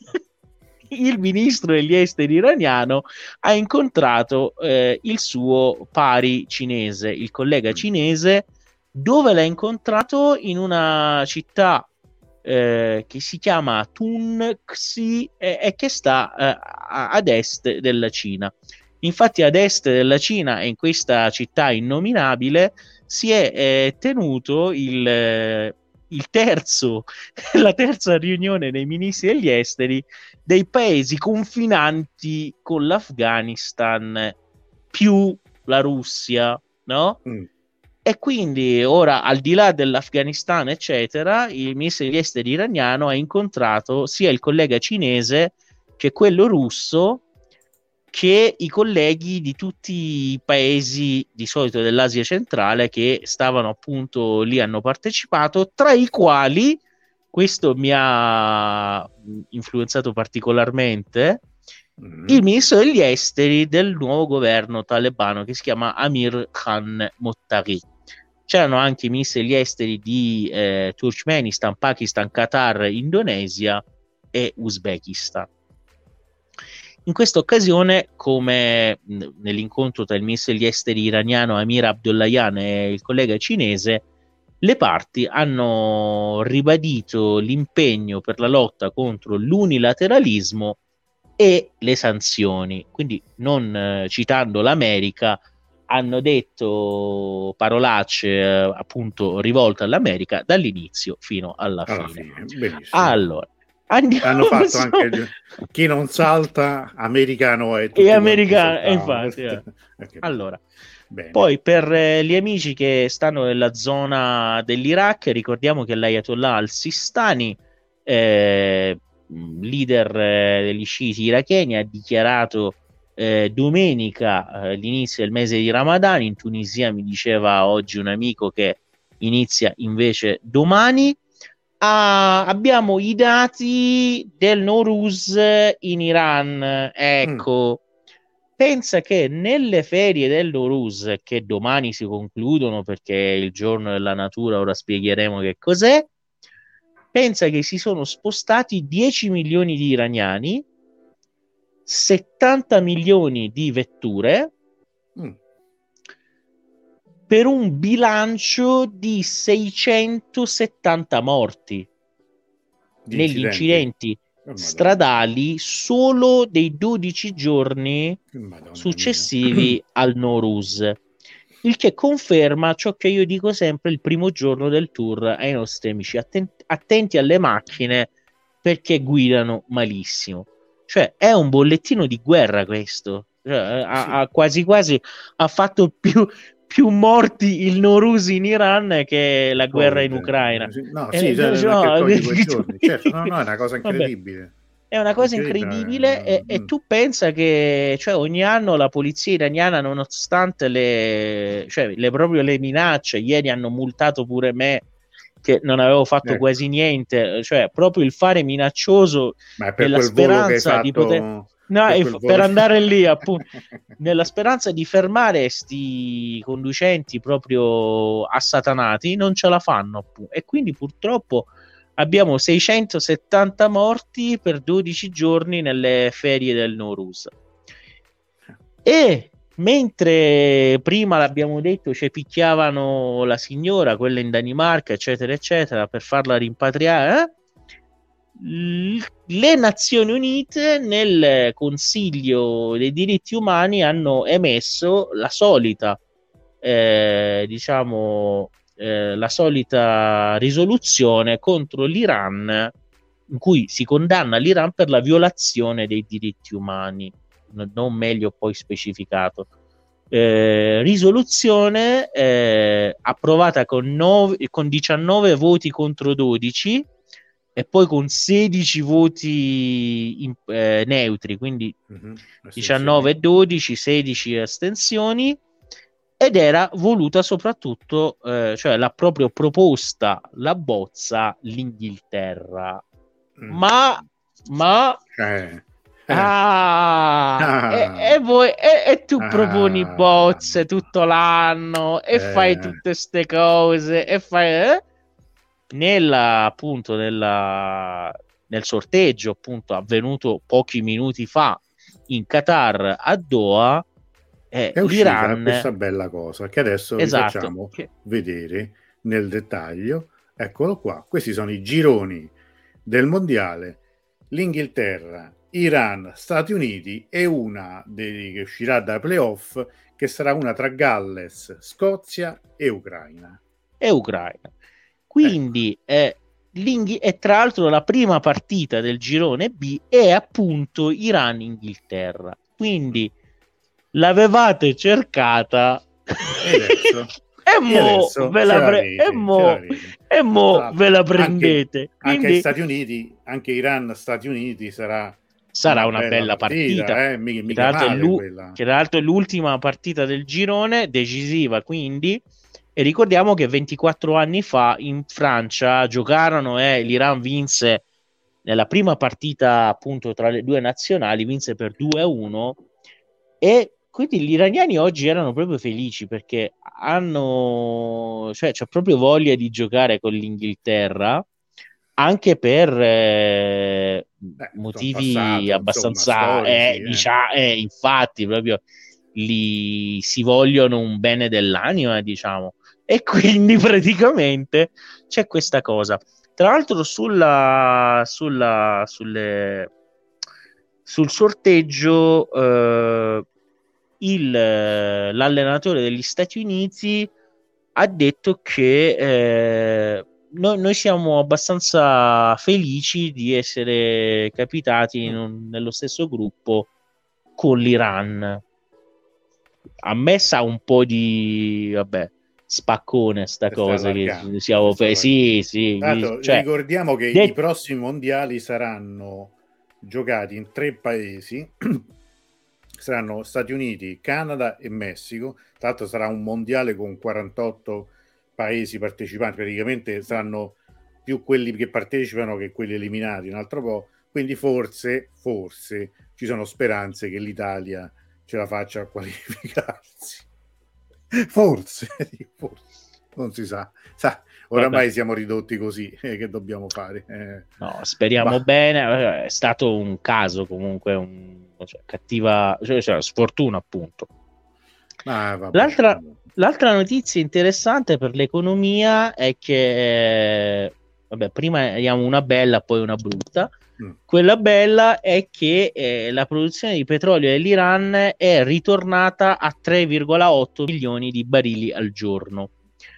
il ministro degli esteri iraniano ha incontrato eh, il suo pari cinese, il collega cinese, dove l'ha incontrato in una città eh, che si chiama Tunxi e, e che sta eh, ad est della Cina. Infatti ad est della Cina e in questa città innominabile si è eh, tenuto il, eh, il terzo, la terza riunione dei ministri degli esteri dei paesi confinanti con l'Afghanistan più la Russia, no? Mm. E quindi ora, al di là dell'Afghanistan, eccetera, il ministro degli esteri iraniano ha incontrato sia il collega cinese che quello russo, che i colleghi di tutti i paesi di solito dell'Asia centrale che stavano appunto lì, hanno partecipato, tra i quali, questo mi ha influenzato particolarmente, mm. il ministro degli esteri del nuovo governo talebano che si chiama Amir Khan Mottaghi. C'erano anche i ministri degli esteri di eh, Turkmenistan, Pakistan, Qatar, Indonesia e Uzbekistan. In questa occasione, come nell'incontro tra il ministro degli esteri iraniano Amir Abdollahian e il collega cinese, le parti hanno ribadito l'impegno per la lotta contro l'unilateralismo e le sanzioni. Quindi, non eh, citando l'America, hanno detto parolacce eh, appunto rivolte all'America dall'inizio fino alla, alla fine. fine. Benissimo. Allora, andiamo, hanno fatto anche il, chi non salta americano è tutti e americano, infatti eh. Okay. Allora, bene. Poi per eh, gli amici che stanno nella zona dell'Iraq, ricordiamo che l'Ayatollah al-Sistani, eh, leader eh, degli sciiti iracheni, ha dichiarato eh, domenica eh, l'inizio del mese di Ramadan. In Tunisia mi diceva oggi un amico che inizia invece domani. Ah, abbiamo i dati del Nowruz in Iran. Ecco, mm. pensa che nelle ferie del Nowruz, che domani si concludono perché è il giorno della natura, ora spiegheremo che cos'è, pensa che si sono spostati dieci milioni di iraniani, settanta milioni di vetture, mm. per un bilancio di seicentosettanta morti di negli incidenti, incidenti oh, stradali solo dei dodici giorni Madonna successivi mia. al Nowruz, il che conferma ciò che io dico sempre il primo giorno del tour ai nostri amici: attenti, attenti alle macchine perché guidano malissimo. Cioè è un bollettino di guerra questo, cioè, sì. ha, ha quasi quasi ha fatto più più morti il Nowruz in Iran che la guerra in Ucraina. No, sì, eh, cioè, no, no, giorni. Certo, no, no, è una cosa incredibile. Vabbè, è una cosa incredibile, incredibile e, mm. e tu pensa che cioè, ogni anno la polizia iraniana, nonostante le, cioè, le proprio le minacce, ieri hanno multato pure me che non avevo fatto ecco. quasi niente, cioè proprio il fare minaccioso nella speranza fatto... di poter... No, f- per andare lì appunto nella speranza di fermare sti conducenti proprio assatanati, non ce la fanno appunto. E quindi purtroppo abbiamo seicentosettanta morti per dodici giorni nelle ferie del Nowruz. E mentre prima l'abbiamo detto ci picchiavano la signora, quella in Danimarca, eccetera, eccetera, per farla rimpatriare, eh? Le Nazioni Unite nel Consiglio dei diritti umani hanno emesso la solita, eh, diciamo, eh, la solita risoluzione contro l'Iran, in cui si condanna l'Iran per la violazione dei diritti umani, non meglio poi specificato. Eh, risoluzione eh, approvata con, nove, con diciannove voti contro dodici e poi con sedici voti in, eh, neutri, quindi mm-hmm. diciannove e dodici, sedici astensioni, ed era voluta soprattutto, eh, cioè l'ha proprio proposta la bozza l'Inghilterra, mm. ma ma eh. Ah, ah. E, e, voi, e, e tu ah. proponi bozze tutto l'anno e eh. fai tutte queste cose e fai eh? Nella, appunto nella, nel sorteggio appunto avvenuto pochi minuti fa in Qatar a Doha, eh, è uscita l'Iran... questa bella cosa che adesso esatto. vi facciamo che... vedere nel dettaglio. Eccolo qua, questi sono i gironi del mondiale. L'Inghilterra, Iran, Stati Uniti e una dei, che uscirà dai playoff, che sarà una tra Galles, Scozia e Ucraina. E Ucraina. Quindi ecco. eh, è tra l'altro la prima partita del girone B è appunto Iran-Inghilterra. Quindi l'avevate cercata e adesso, e mo, e ve, la pre- e mo, e mo ve la prendete. Anche, Quindi... anche Stati Uniti, anche Iran-Stati Uniti sarà sarà una, una bella, bella partita, partita. Eh? Mica, mica che, tra male, l'u- che tra l'altro è l'ultima partita del girone, decisiva quindi. E ricordiamo che ventiquattro anni fa in Francia giocarono e eh, l'Iran vinse nella prima partita appunto tra le due nazionali, vinse per due a uno, e quindi gli iraniani oggi erano proprio felici perché hanno, cioè c'è proprio voglia di giocare con l'Inghilterra, anche per eh, Beh, motivi passato, abbastanza insomma, storici, eh, eh. Diciamo, eh, infatti proprio li si vogliono un bene dell'anima, diciamo, e quindi praticamente c'è questa cosa. Tra l'altro sulla sulla sulle sul sorteggio eh, il l'allenatore degli Stati Uniti ha detto che eh, noi, noi siamo abbastanza felici di essere capitati in un, nello stesso gruppo con l'Iran. A me sa un po' di vabbè spaccone sta cosa che siamo fe- sì sì Tanto, cioè, ricordiamo che de- i prossimi mondiali saranno giocati in tre paesi saranno Stati Uniti, Canada e Messico. Tra l'altro sarà un mondiale con quarantotto paesi partecipanti, praticamente saranno più quelli che partecipano che quelli eliminati un altro po', quindi forse forse ci sono speranze che l'Italia ce la faccia a qualificarsi. Forse, forse, non si sa. sa oramai Vabbè. siamo ridotti così, eh, che dobbiamo fare? Eh, no, speriamo bah. bene. È stato un caso comunque, un, cioè, cattiva cioè, cioè, sfortuna appunto. Ah, vabbè, l'altra, vabbè. l'altra notizia interessante per l'economia è che vabbè, prima diamo una bella, poi una brutta. Mm. Quella bella è che eh, la produzione di petrolio dell'Iran è ritornata a tre virgola otto milioni di barili al giorno.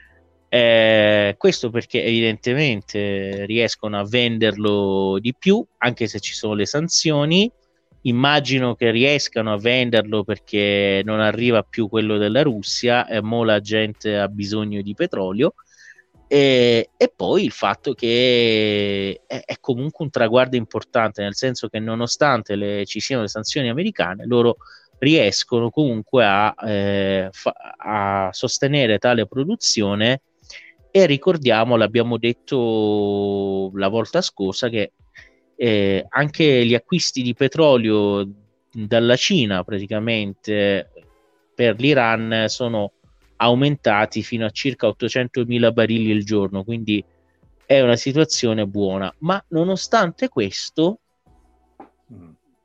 Eh, questo perché evidentemente riescono a venderlo di più, anche se ci sono le sanzioni. Immagino che riescano a venderlo perché non arriva più quello della Russia e mo la gente ha bisogno di petrolio. E, e poi il fatto che è, è comunque un traguardo importante, nel senso che nonostante le, ci siano le sanzioni americane, loro riescono comunque a, eh, fa, a sostenere tale produzione. E ricordiamo, l'abbiamo detto la volta scorsa, che eh, anche gli acquisti di petrolio dalla Cina praticamente per l'Iran sono aumentati fino a circa ottocentomila barili al giorno, quindi è una situazione buona. Ma nonostante questo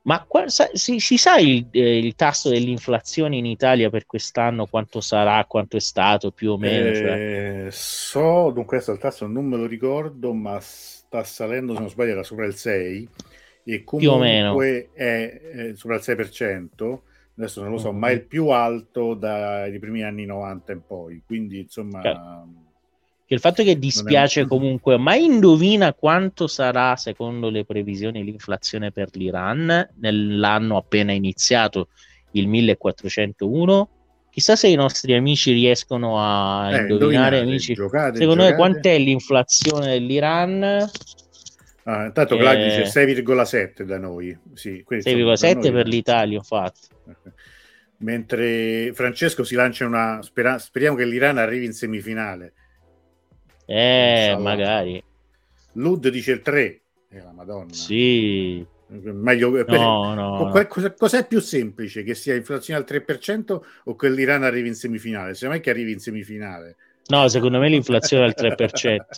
Ma qua, sa, si, si sa il, eh, il tasso dell'inflazione in Italia per quest'anno quanto sarà, quanto è stato più o meno? Cioè, Eh, so, dunque questo il tasso non me lo ricordo, ma sta salendo, se non sbaglio, era sopra il sei e più o meno. comunque è, è sopra il sei per cento, adesso non lo so, ma è Mm-hmm. il più alto dai primi anni novanta in poi, quindi Cioè, insomma che il fatto che non è... dispiace comunque, ma indovina quanto sarà secondo le previsioni l'inflazione per l'Iran nell'anno appena iniziato, il millequattrocentouno? Chissà se i nostri amici riescono a Eh, indovinare, indovinate, amici. giocate, Secondo me giocate. quant'è l'inflazione dell'Iran? Ah, intanto Claudio dice Eh, sei virgola sette da noi, sì, quindi insomma per sei virgola sette noi... per Eh. l'Italia, infatti. Mentre Francesco si lancia una... Spera... Speriamo che l'Iran arrivi in semifinale. Eh, Inshallah. magari. Lud dice il tre, eh, la Madonna. Sì. Meglio, No, no, no. cosa, cos'è più semplice, che sia inflazione al tre per cento o che l'Iran arrivi in semifinale? Se mai che arrivi in semifinale. No, secondo me l'inflazione è al tre per cento.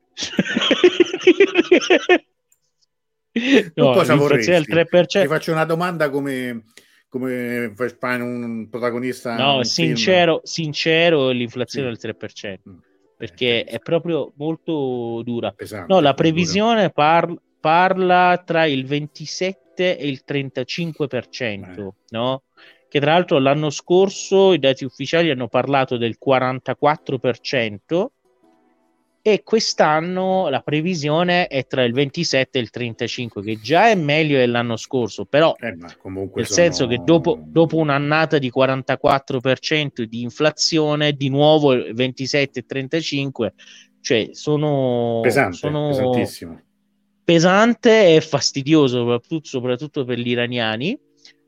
Tu No, cosa l'inflazione è al vorresti? Ti tre per cento. faccio una domanda come, come fai un protagonista in No, un film. sincero, sincero, l'inflazione è Sì. al tre per cento, Mm, eh, perché è capisco. proprio molto dura. No, Pesante, la è dura. previsione par- parla tra il ventisette e il Eh. trentacinque per cento, no? Che tra l'altro l'anno scorso i dati ufficiali hanno parlato del quarantaquattro per cento e quest'anno la previsione è tra il ventisette e il trentacinque, che già è meglio dell'anno scorso, però Eh, ma comunque nel senso che dopo, sono dopo un'annata di quarantaquattro per cento di inflazione, di nuovo ventisette e trentacinque, cioè sono, pesante, sono pesantissimo. pesante e fastidioso, soprattutto, soprattutto per gli iraniani.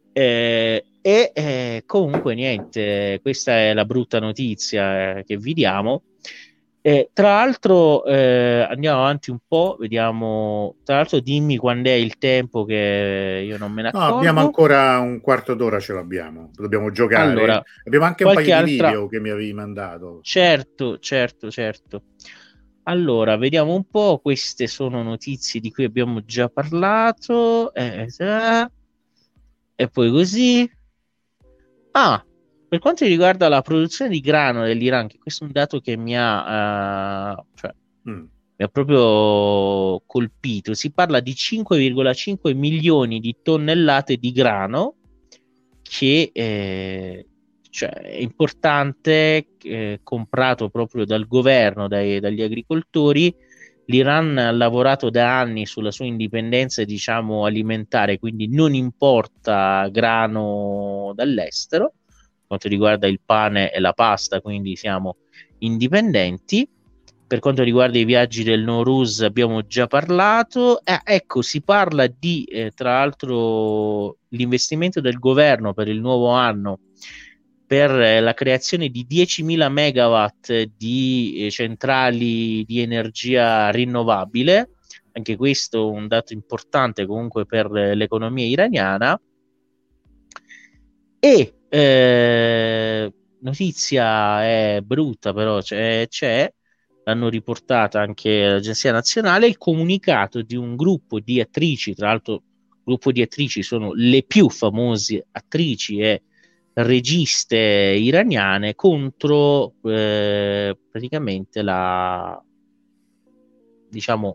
Eh, e eh, comunque niente, questa è la brutta notizia eh, che vi diamo. Eh, tra l'altro, eh, andiamo avanti un po', vediamo. Tra l'altro, dimmi quando è il tempo che io non me ne No, abbiamo accorgo. ancora un quarto d'ora, ce l'abbiamo. Dobbiamo giocare. Allora, Abbiamo anche un paio qualche di altra. video che mi avevi mandato. Certo, certo, certo. Allora, vediamo un po'. Queste sono notizie di cui abbiamo già parlato. Eh, eh, e poi così. Ah, per quanto riguarda la produzione di grano dell'Iran, che questo è un dato che mi ha, eh, cioè, Mm. mi ha proprio colpito, si parla di cinque virgola cinque milioni di tonnellate di grano, che eh, cioè, è importante, eh, comprato proprio dal governo, dai, dagli agricoltori. L'Iran ha lavorato da anni sulla sua indipendenza, diciamo, alimentare, quindi non importa grano dall'estero, per quanto riguarda il pane e la pasta, quindi siamo indipendenti. Per quanto riguarda i viaggi del Nowruz abbiamo già parlato. Eh, ecco, si parla di, eh, tra l'altro, l'investimento del governo per il nuovo anno per eh, la creazione di diecimila megawatt di eh, centrali di energia rinnovabile. Anche questo è un dato importante comunque per eh, l'economia iraniana. E eh, notizia è brutta, però c'è, c'è, l'hanno riportata anche l'Agenzia Nazionale, il comunicato di un gruppo di attrici, tra l'altro il gruppo di attrici sono le più famose attrici e registe iraniane contro eh, praticamente la, diciamo,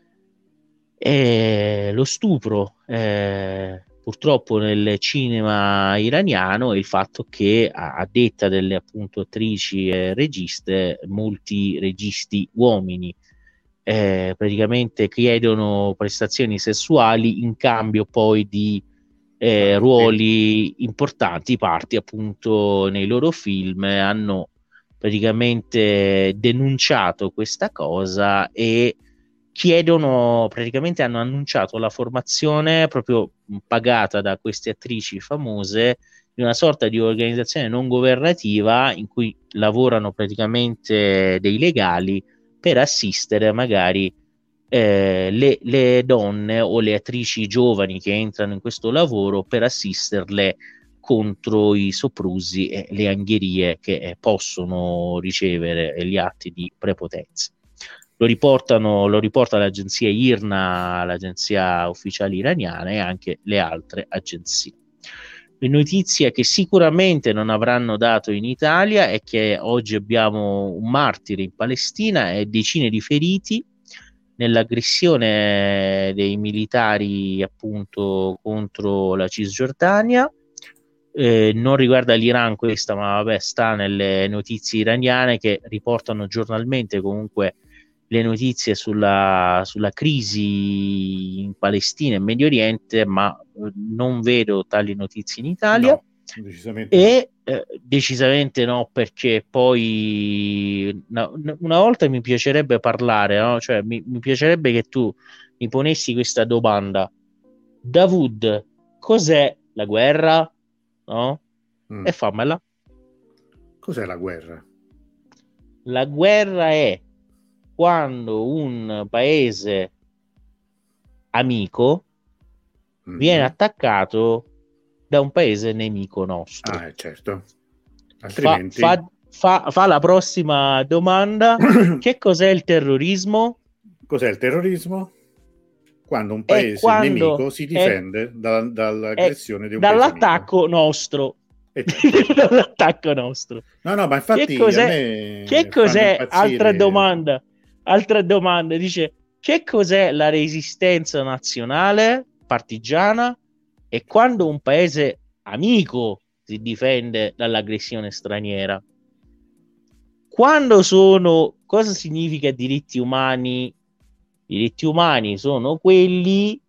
eh, lo stupro eh, purtroppo nel cinema iraniano e il fatto che a, a detta delle appunto attrici e registe, molti registi uomini eh, praticamente chiedono prestazioni sessuali in cambio poi di eh, Parti. ruoli importanti, parti appunto nei loro film. Hanno praticamente denunciato questa cosa e chiedono, praticamente hanno annunciato la formazione proprio pagata da queste attrici famose di una sorta di organizzazione non governativa in cui lavorano praticamente dei legali per assistere magari eh, le, le donne o le attrici giovani che entrano in questo lavoro, per assisterle contro i soprusi e le angherie che eh, possono ricevere, e gli atti di prepotenza. lo riportano, lo riporta l'agenzia I R N A, l'agenzia ufficiale iraniana, e anche le altre agenzie. Le notizie che sicuramente non avranno dato in Italia è che oggi abbiamo un martire in Palestina e decine di feriti nell'aggressione dei militari appunto contro la Cisgiordania. Eh, non riguarda l'Iran questa, ma vabbè, sta nelle notizie iraniane che riportano giornalmente comunque le notizie sulla, sulla crisi in Palestina e Medio Oriente, ma eh, non vedo tali notizie in Italia. No, decisamente e no. Eh, decisamente no, perché poi no, una volta mi piacerebbe parlare, no? Cioè mi, mi piacerebbe che tu mi ponessi questa domanda: Davud, cos'è la guerra? No? Mm. E fammela. Cos'è la guerra? La guerra è quando un paese amico mm-hmm. viene attaccato da un paese nemico nostro. Ah, certo. Altrimenti... Fa, fa, fa, fa la prossima domanda. Che cos'è il terrorismo? Cos'è il terrorismo? Quando un paese quando nemico si difende è, da, dall'aggressione di un dall'attacco paese nostro. Dall'attacco nostro. No, no, ma infatti che cos'è, che cos'è altra domanda? Altra domanda, dice: che cos'è la resistenza nazionale partigiana? E quando un paese amico si difende dall'aggressione straniera? Quando sono, cosa significa diritti umani? Diritti umani sono quelli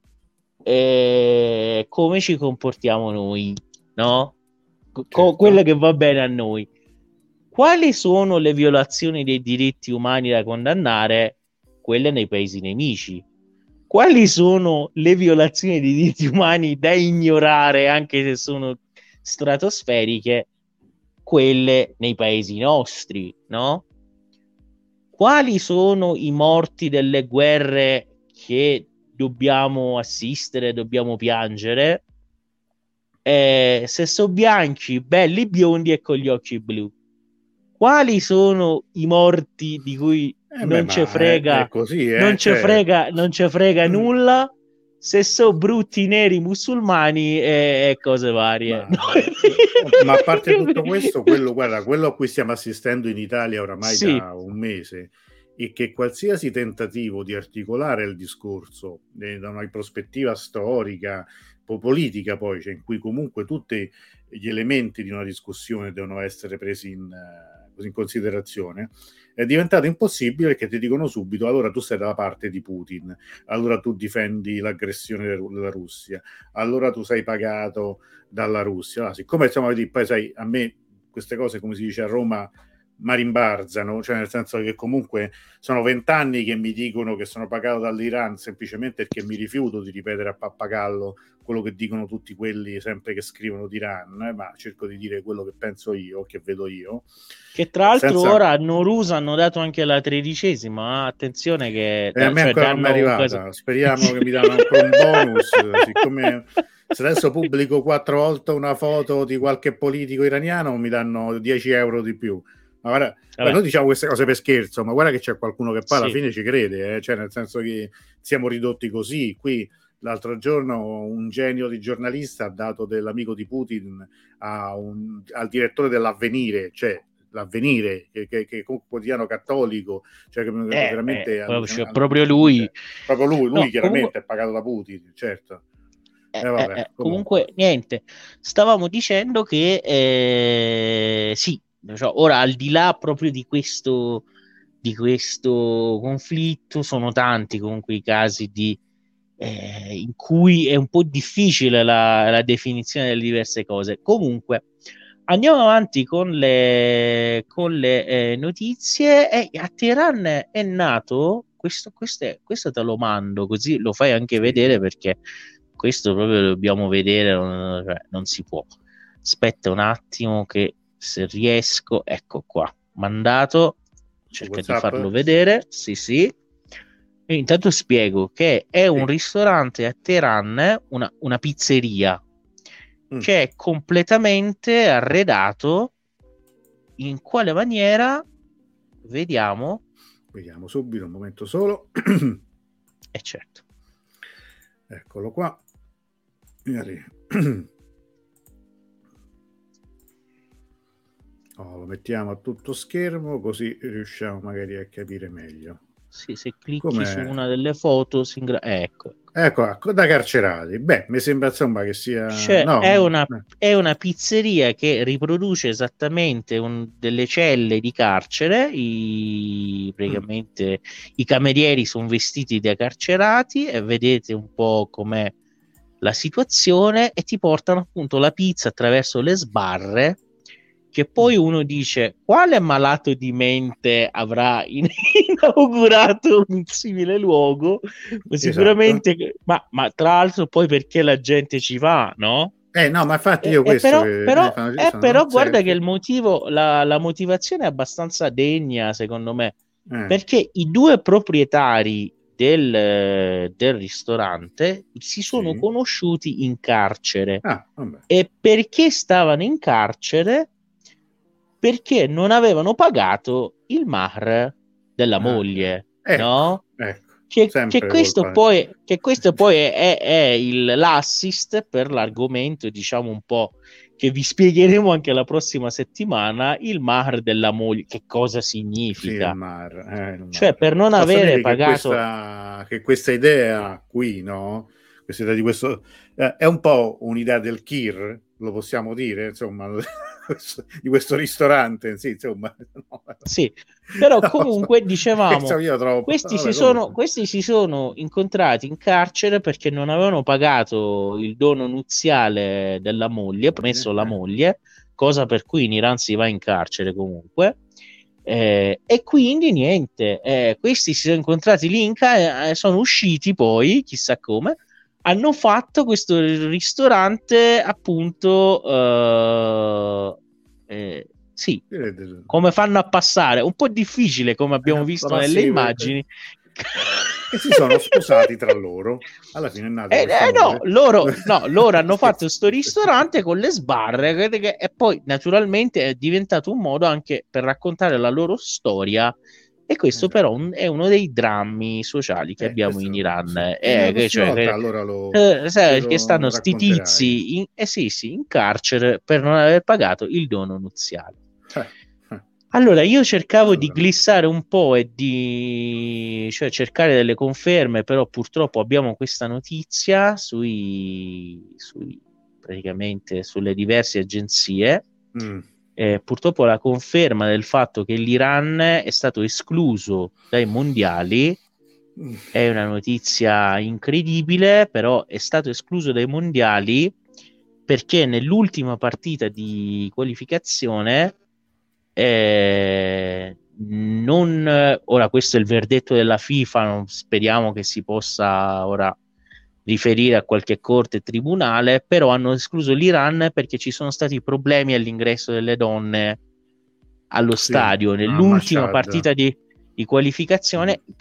eh, come ci comportiamo noi, no? Co- certo. Quello che va bene a noi. Quali sono le violazioni dei diritti umani da condannare? Quelle nei paesi nemici. Quali sono le violazioni dei diritti umani da ignorare, anche se sono stratosferiche? Quelle nei paesi nostri, no? Quali sono i morti delle guerre che dobbiamo assistere, dobbiamo piangere? Eh, se sono bianchi, belli, biondi e con gli occhi blu. Quali sono i morti di cui eh non beh, ci frega, è, è così, eh? non ci cioè... frega, non ci frega mm. nulla? Se sono brutti, neri, musulmani e, e cose varie. Ma, ma a parte tutto questo, quello, guarda, quello a cui stiamo assistendo in Italia oramai sì. da un mese, è che qualsiasi tentativo di articolare il discorso eh, da una prospettiva storica, politica poi, cioè in cui comunque tutti gli elementi di una discussione devono essere presi in, uh, in considerazione, è diventato impossibile, perché ti dicono subito: allora tu sei dalla parte di Putin, allora tu difendi l'aggressione della Russia, allora tu sei pagato dalla Russia. Allora, siccome insomma, poi sai, a me queste cose, come si dice a Roma, marimbarzano, cioè nel senso che comunque sono vent'anni che mi dicono che sono pagato dall'Iran semplicemente perché mi rifiuto di ripetere a pappagallo quello che dicono tutti quelli sempre che scrivono di Iran, eh, ma cerco di dire quello che penso io, che vedo io. Che tra l'altro senza... ora a Nouruz hanno dato anche la tredicesima, attenzione che... Eh, a me cioè, ancora non è arrivata, cosa... speriamo che mi danno ancora un bonus, siccome... Se adesso pubblico quattro volte una foto di qualche politico iraniano mi danno dieci euro di più. Ma guarda, beh, noi diciamo queste cose per scherzo, ma guarda che c'è qualcuno che poi sì. alla fine ci crede, eh? Cioè nel senso che siamo ridotti così. Qui l'altro giorno un genio di giornalista ha dato dell'amico di Putin a un, al direttore dell'Avvenire, cioè l'Avvenire, che, che, che è un quotidiano cattolico, cioè che eh, veramente eh, al, cioè, al, proprio lui, proprio lui, lui no, chiaramente comunque... è pagato da Putin, certo. Eh, eh, vabbè, eh, comunque. comunque niente, stavamo dicendo che eh, sì, cioè, ora al di là proprio di questo di questo conflitto sono tanti comunque i casi di eh, in cui è un po' difficile la, la definizione delle diverse cose. Comunque andiamo avanti con le con le eh, notizie. E a Teheran è nato questo, questo, è, questo te lo mando così lo fai anche sì. vedere, perché questo proprio dobbiamo vedere, non, cioè, non si può. Aspetta un attimo che se riesco, ecco qua, mandato, cerca WhatsApp. Di farlo vedere, sì sì. E intanto spiego che è un sì. ristorante a Teheran, una, una pizzeria, mm. che è completamente arredato. In quale maniera? Vediamo. Vediamo subito, un momento solo. E eh certo. Eccolo qua. Oh, lo mettiamo a tutto schermo così riusciamo magari a capire meglio. Sì, se clicchi Com'è? su una delle foto si ingra- ecco. Ecco, ecco, da carcerati. Beh, mi sembra insomma che sia... Cioè, no, è una, eh. è una pizzeria che riproduce esattamente un- delle celle di carcere. I, praticamente i camerieri sono vestiti da carcerati e vedete un po' com'è la situazione e ti portano appunto la pizza attraverso le sbarre, che poi uno dice quale malato di mente avrà in- inaugurato un simile luogo, ma sicuramente Esatto. ma, ma tra l'altro poi perché la gente ci va, no? Eh no, ma infatti E, io e questo però, che però, eh, fanno, eh, sono però guarda che selfie. il motivo, la, la motivazione è abbastanza degna secondo me, Eh. perché i due proprietari del, del ristorante si sono Sì. conosciuti in carcere. Ah, vabbè. E perché stavano in carcere? Perché non avevano pagato il mahr della Ah, moglie, ecco, no? ecco, Che, che sempre questo colpa. poi, che questo poi è, è- è il, l'assist per l'argomento, diciamo un po' che vi spiegheremo anche la prossima settimana, il mahr della moglie, che cosa Sì, il significa? mar, eh, il Cioè, mar. per non Posso avere dire che pagato, questa, che questa idea qui, no? Questa idea di questo eh, è un po' un'idea del Kir, lo possiamo dire, insomma, di questo ristorante, sì, insomma. No, sì, però no, comunque questo dicevamo, io trovo, questi si vabbè, sono, comunque. questi si sono incontrati in carcere perché non avevano pagato il dono nuziale della moglie, promesso alla Eh, moglie, cosa per cui in Iran si va in carcere comunque. Eh, e quindi niente, eh, questi si sono incontrati lì in ca- eh, sono usciti poi, chissà come, hanno fatto questo ristorante appunto, eh, eh, sì, eh, del- come fanno a passare? Un po' difficile, come abbiamo eh, la visto nelle passiva, immagini. e si sono sposati tra loro. Alla fine è nato Eh, questo eh, no, amore. loro, no, loro hanno Sì, fatto sì, questo sì. ristorante con le sbarre che- che- e poi naturalmente è diventato un modo anche per raccontare la loro storia e questo però Esatto. un- è uno dei drammi sociali che Eh, abbiamo in questo Iran, sì. E eh, la che, prossima cioè, volta che, allora lo, eh, sai, che lo, stanno lo sti racconterai. tizi in, eh sì, sì, in carcere per non aver pagato il dono nuziale. Eh, eh. Allora, io cercavo di Allora, glissare un po' e di, cioè, cercare delle conferme, però purtroppo abbiamo questa notizia sui, sui- praticamente sulle diverse agenzie. mm, Eh, purtroppo la conferma del fatto che l'Iran è stato escluso dai mondiali mm, è una notizia incredibile, però è stato escluso dai mondiali perché nell'ultima partita di qualificazione eh, non, ora questo è il verdetto della FIFA, non, speriamo che si possa ora riferire a qualche corte e tribunale, però hanno escluso l'Iran perché ci sono stati problemi all'ingresso delle donne allo sì, stadio a nell'ultima Mashhad. partita di, di Mm. qualificazione.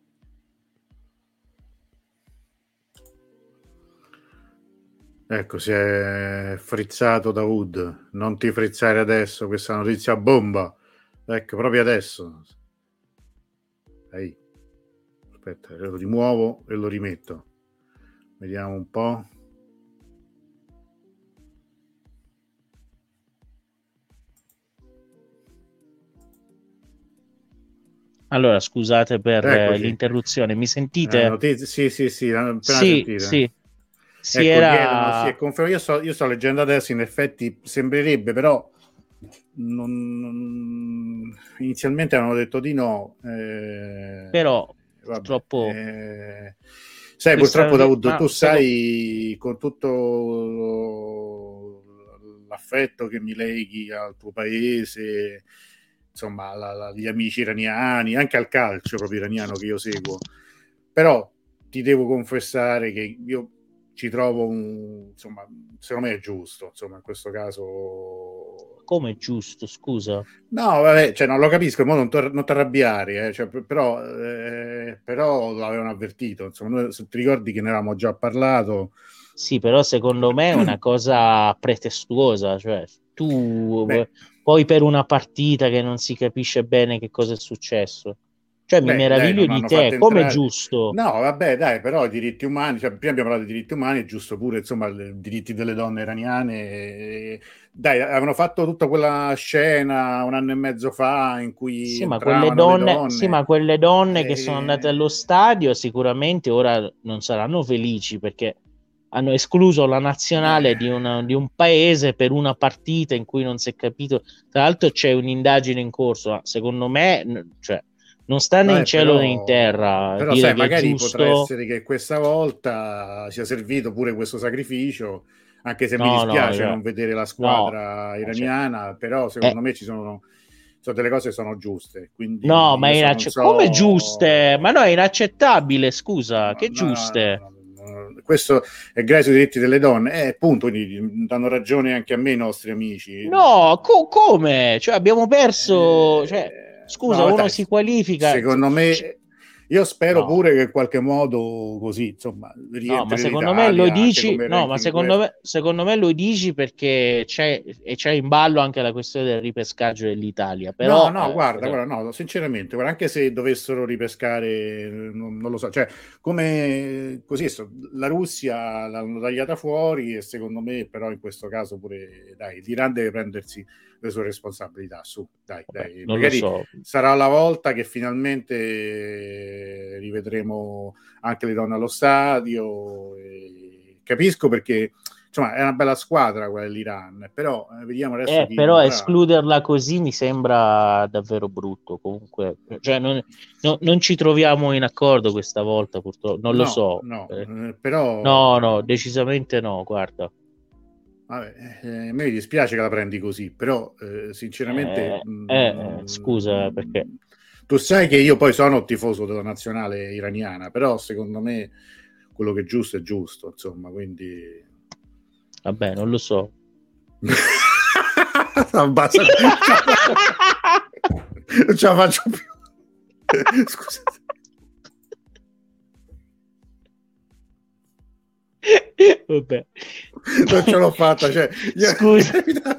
Ecco, si è frizzato Dawood. Non ti frizzare adesso, questa notizia bomba. Ecco, proprio adesso. Ehi. Aspetta, lo rimuovo e lo rimetto. Vediamo un po'. Allora, scusate per eh, Eccoci. l'interruzione, mi Eh, sentite? notizie, sì, sì, sì, l'hanno appena Sì, sentita. sì, si Ecco, chiedono, sì, è era, confermato. Io sto, io sto leggendo adesso, in effetti sembrerebbe, però non, non- inizialmente hanno detto di no. Eh, però vabbè, purtroppo eh, sai, questa purtroppo noti- Daud, ma tu seco- sai, con tutto l'affetto che mi leghi al tuo paese, insomma, la, la, gli amici iraniani, anche al calcio proprio iraniano che io seguo, però ti devo confessare che io ci trovo un, insomma, secondo me è giusto, insomma, in questo caso. come giusto, scusa. No, vabbè, cioè non lo capisco, mo non ti arrabbiare, eh, cioè, però, eh, però l'avevano avvertito, insomma, noi, se ti ricordi che ne avevamo già parlato. Sì, però secondo me è una cosa pretestuosa, cioè tu Beh, poi per una partita che non si capisce bene che cosa è successo. Cioè, mi Beh, dai, meraviglio non di hanno te, fatto come è entrare. giusto. No, vabbè, dai, però i diritti umani, cioè, prima abbiamo parlato di diritti umani, è giusto pure, insomma, i diritti delle donne iraniane. e- Dai, avevano fatto tutta quella scena un anno e mezzo fa in cui Sì, ma quelle entravano le donne, sì, donne. ma quelle donne che sono andate e- allo stadio sicuramente ora non saranno felici perché hanno escluso la nazionale di, eh, una- di un paese per una partita in cui non si è capito. Tra l'altro c'è un'indagine in corso, ma secondo me, n- cioè, non sta né in Vabbè, cielo né in però, terra però, dire sai, che è magari potrà giusto. essere che questa volta sia servito pure questo sacrificio, anche se mi No, no, dispiace cioè, non vedere la no, squadra no, cioè, iraniana, però eh, secondo me ci sono, sono delle cose che sono giuste, no, quindi ma è io so- non inacce- come giuste? Ma no, è so. inaccettabile, scusa, No, che no, no, no, giuste? no, no. Questo è grave sui diritti delle donne, eh, appunto, quindi danno ragione anche a me i nostri amici. No, co- come? Cioè, abbiamo perso. Cioè, Eh, scusa, no, uno dai, si qualifica. secondo c- me, io spero No, pure che in qualche modo così, insomma, no, ma rientri secondo me lo l'Italia anche dici. come No, ma ranking secondo UEFA. me, secondo me lo dici perché c'è, e c'è in ballo anche la questione del ripescaggio dell'Italia. No, Però, no, eh, guarda, cioè, guarda, no, sinceramente, guarda, anche se dovessero ripescare, non, non lo so, cioè, come così, so- la Russia l'hanno tagliata fuori e secondo me, però in questo caso pure, dai, l'Iran deve prendersi le sue responsabilità, su, dai, vabbè, dai, non lo magari so. sarà la volta che finalmente rivedremo anche le donne allo stadio, e capisco perché, insomma, è una bella squadra quella dell'Iran, però eh, vediamo adesso Eh, chi però andrà. escluderla così mi sembra davvero brutto. Comunque, cioè, non, no- non ci troviamo in accordo questa volta, purtroppo. Non lo No, so. no, Eh, eh, però no, no, decisamente no. Guarda. vabbè, eh, a me mi dispiace che la prendi così, però eh, sinceramente Eh, eh, eh, scusa, perché mh, tu sai che io poi sono tifoso della nazionale iraniana, però secondo me quello che è giusto è giusto, insomma, quindi vabbè, non lo so. Abbassa. Non ce la faccio più. Scusate. Vabbè. Non ce l'ho fatta, cioè, io... Scusa.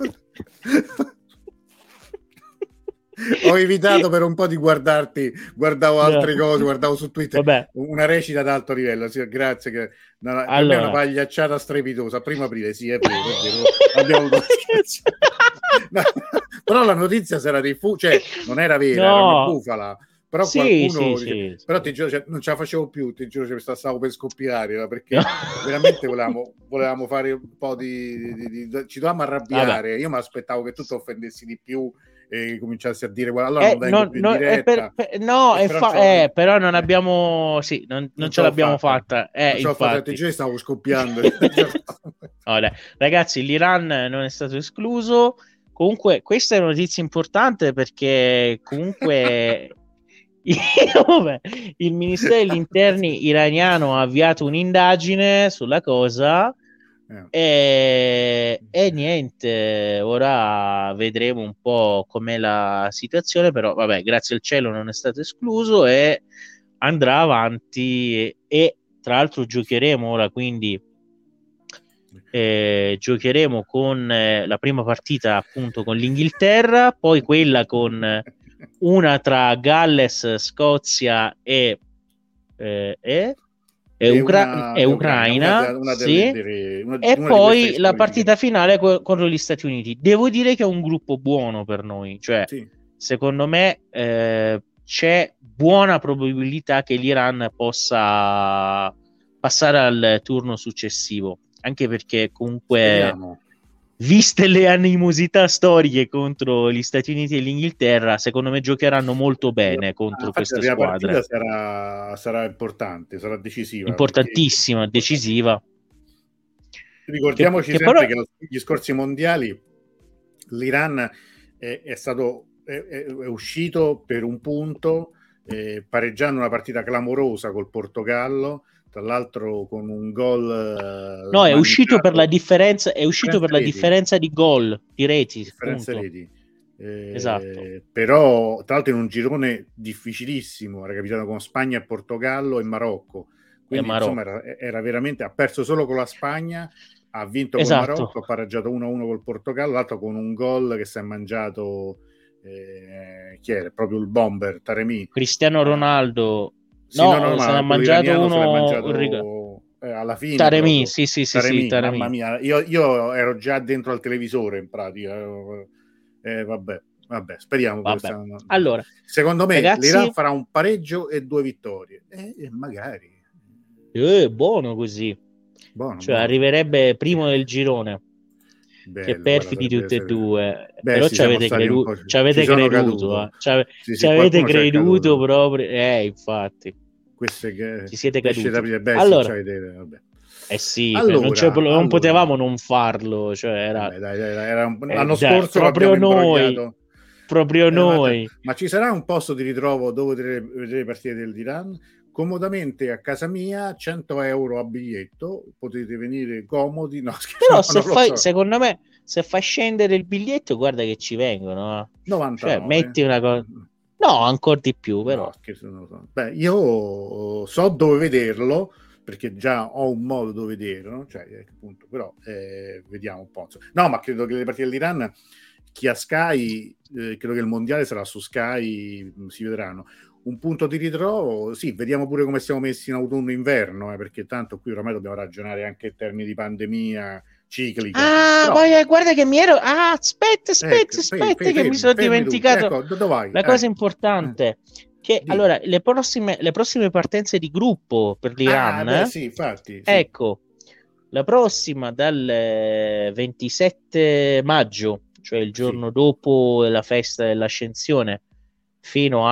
Ho evitato per un po' di guardarti, guardavo altre No. cose, guardavo su Twitter Vabbè. una recita d'alto livello. Sì, grazie, che no, no, per me è una Allora. pagliacciata strepitosa. Primo aprile, sì, è vero, è vero. Abbiamo... no, però la notizia si era diffusa, cioè non era vera, No. era una bufala. Però sì, qualcuno sì, dice, sì, però sì. ti giuro, cioè, non ce la facevo più, ti giuro, cioè, stavo per scoppiare, perché No. veramente volevamo, volevamo fare un po' di, di, di, di ci dovevamo arrabbiare. Vabbè. Io mi aspettavo che tu ti offendessi di più e cominciassi a dire guarda, allora Eh, non vengo non- più in no, è per- diretta. per- no, E è però non fa- ce l'ho, eh, però non eh, abbiamo, sì, non, non non ce ce l'ho l'abbiamo fatta, fatta. Eh, non ce l'ho fatta, infatti. T G, stavo scoppiando. No, dai. Ragazzi, l'Iran non è stato escluso. Comunque, questa è una notizia importante perché comunque vabbè, il Ministero degli Interni iraniano ha avviato un'indagine sulla cosa. E, e niente, ora vedremo un po' com'è la situazione, però vabbè, grazie al cielo non è stato escluso e andrà avanti e, e tra l'altro giocheremo ora, quindi eh, giocheremo con eh, la prima partita appunto con l'Inghilterra, poi quella con eh, una tra Galles, Scozia e, eh, e è, E Ucra- una, è è Ucraina, una, Ucraina, de- una delle, sì, delle- una, e una di queste che poi si la qualifica. partita finale co- contro gli Stati Uniti. Devo dire che è un gruppo buono per noi, cioè Sì. secondo me eh, c'è buona probabilità che l'Iran possa passare al turno successivo, anche perché comunque, Speriamo. viste le animosità storiche contro gli Stati Uniti e l'Inghilterra, secondo me giocheranno molto bene contro Infatti queste la prima squadre. partita sarà, sarà importante, sarà decisiva. Importantissima, perché... decisiva. Ricordiamoci che, che sempre però... che gli scorsi mondiali l'Iran è, è stato è, è uscito per un punto, eh, pareggiando una partita clamorosa col Portogallo, tra l'altro con un gol no, è uscito per la mangiato, differenza, è uscito per la reti. differenza di gol, di reti, differenza punto. reti. Eh, Esatto. Però tra l'altro in un girone difficilissimo, era capitato con Spagna, Portogallo e Marocco, quindi e insomma era, era veramente, ha perso solo con la Spagna, ha vinto esatto. col Marocco, ha pareggiato uno a uno col Portogallo, l'altro con un gol che si è mangiato eh, chi era? Proprio il bomber Taremi, Cristiano Ronaldo. Sì, no, no, no, se ne ma ha mangiato se l'è uno mangiato, eh, alla fine Taremi, proprio. sì, sì, sì, Taremi, sì, Taremi. mamma mia, io, io ero già dentro al televisore in pratica. Eh, vabbè, vabbè, speriamo. Vabbè. Questa... Allora, secondo me ragazzi, l'Iran farà un pareggio e due vittorie. Eh, eh, magari. Eh, buono così. Buono, Cioè, buono. arriverebbe primo del girone. Bello, che perfidi guarda, tutti e sarebbe... due. Beh, Però sì, ci avete, credu- ci avete creduto, eh. ci, ave- sì, ci sì, avete creduto creduto proprio, eh, infatti. Queste che Ci siete pesce da caduti. aprire. Beh, allora, sì, vabbè. eh sì, allora, non, c'è, non allora, potevamo non farlo. Cioè era, eh beh, dai, dai, era un... eh, l'anno dai, scorso proprio l'abbiamo noi, imbrogliato. proprio Eh, ma, noi. ma ci sarà un posto di ritrovo dove vedere, vedere le partite dell'Iran? Comodamente a casa mia, cento euro a biglietto, potete venire comodi. No, scherzo, Però no, se non lo fai, so. secondo me, se fai scendere il biglietto, guarda che ci vengono. Cioè, novantanove. metti una cosa. No, ancora di più, però. No, scherzo, non lo so. Beh, io so dove vederlo, perché già ho un modo dove vederlo, cioè, appunto, però eh, vediamo un po'. No, ma credo che le partite dell'Iran, chi ha Sky, eh, credo che il mondiale sarà su Sky, si vedranno. Un punto di ritrovo, sì, vediamo pure come siamo messi in autunno-inverno, eh, perché tanto qui ormai dobbiamo ragionare anche in termini di pandemia ciclica. Ah, Però, poi, guarda che mi ero. Ah, aspetta, aspetta, ecco, aspetta, fermi, che mi sono fermi, fermi dimenticato ecco, dove vai? la Eh, cosa importante. Che di. allora le prossime, le prossime partenze di gruppo per Ah, l'Iran, beh, sì, infatti, sì. ecco, la prossima dal ventisette maggio, cioè il giorno Sì. dopo la festa dell'Ascensione, fino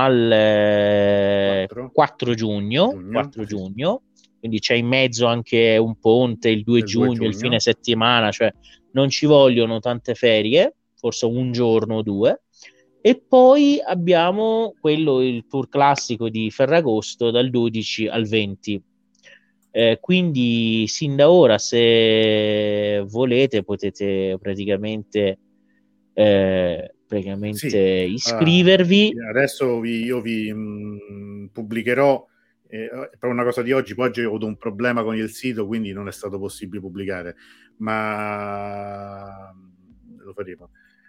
al quattro, quattro giugno, giugno, quattro sì. giugno, quindi c'è in mezzo anche un ponte, il due Il due giugno, il giugno. fine settimana, cioè non ci vogliono tante ferie, forse un giorno o due. E poi abbiamo quello, il tour classico di Ferragosto dal dodici al venti. Eh, quindi sin da ora, se volete, potete praticamente, eh, praticamente Sì. iscrivervi. Uh, adesso vi, io vi mh, pubblicherò eh, per una cosa di oggi. Poi oggi ho avuto un problema con il sito, quindi non è stato possibile pubblicare, ma lo faremo.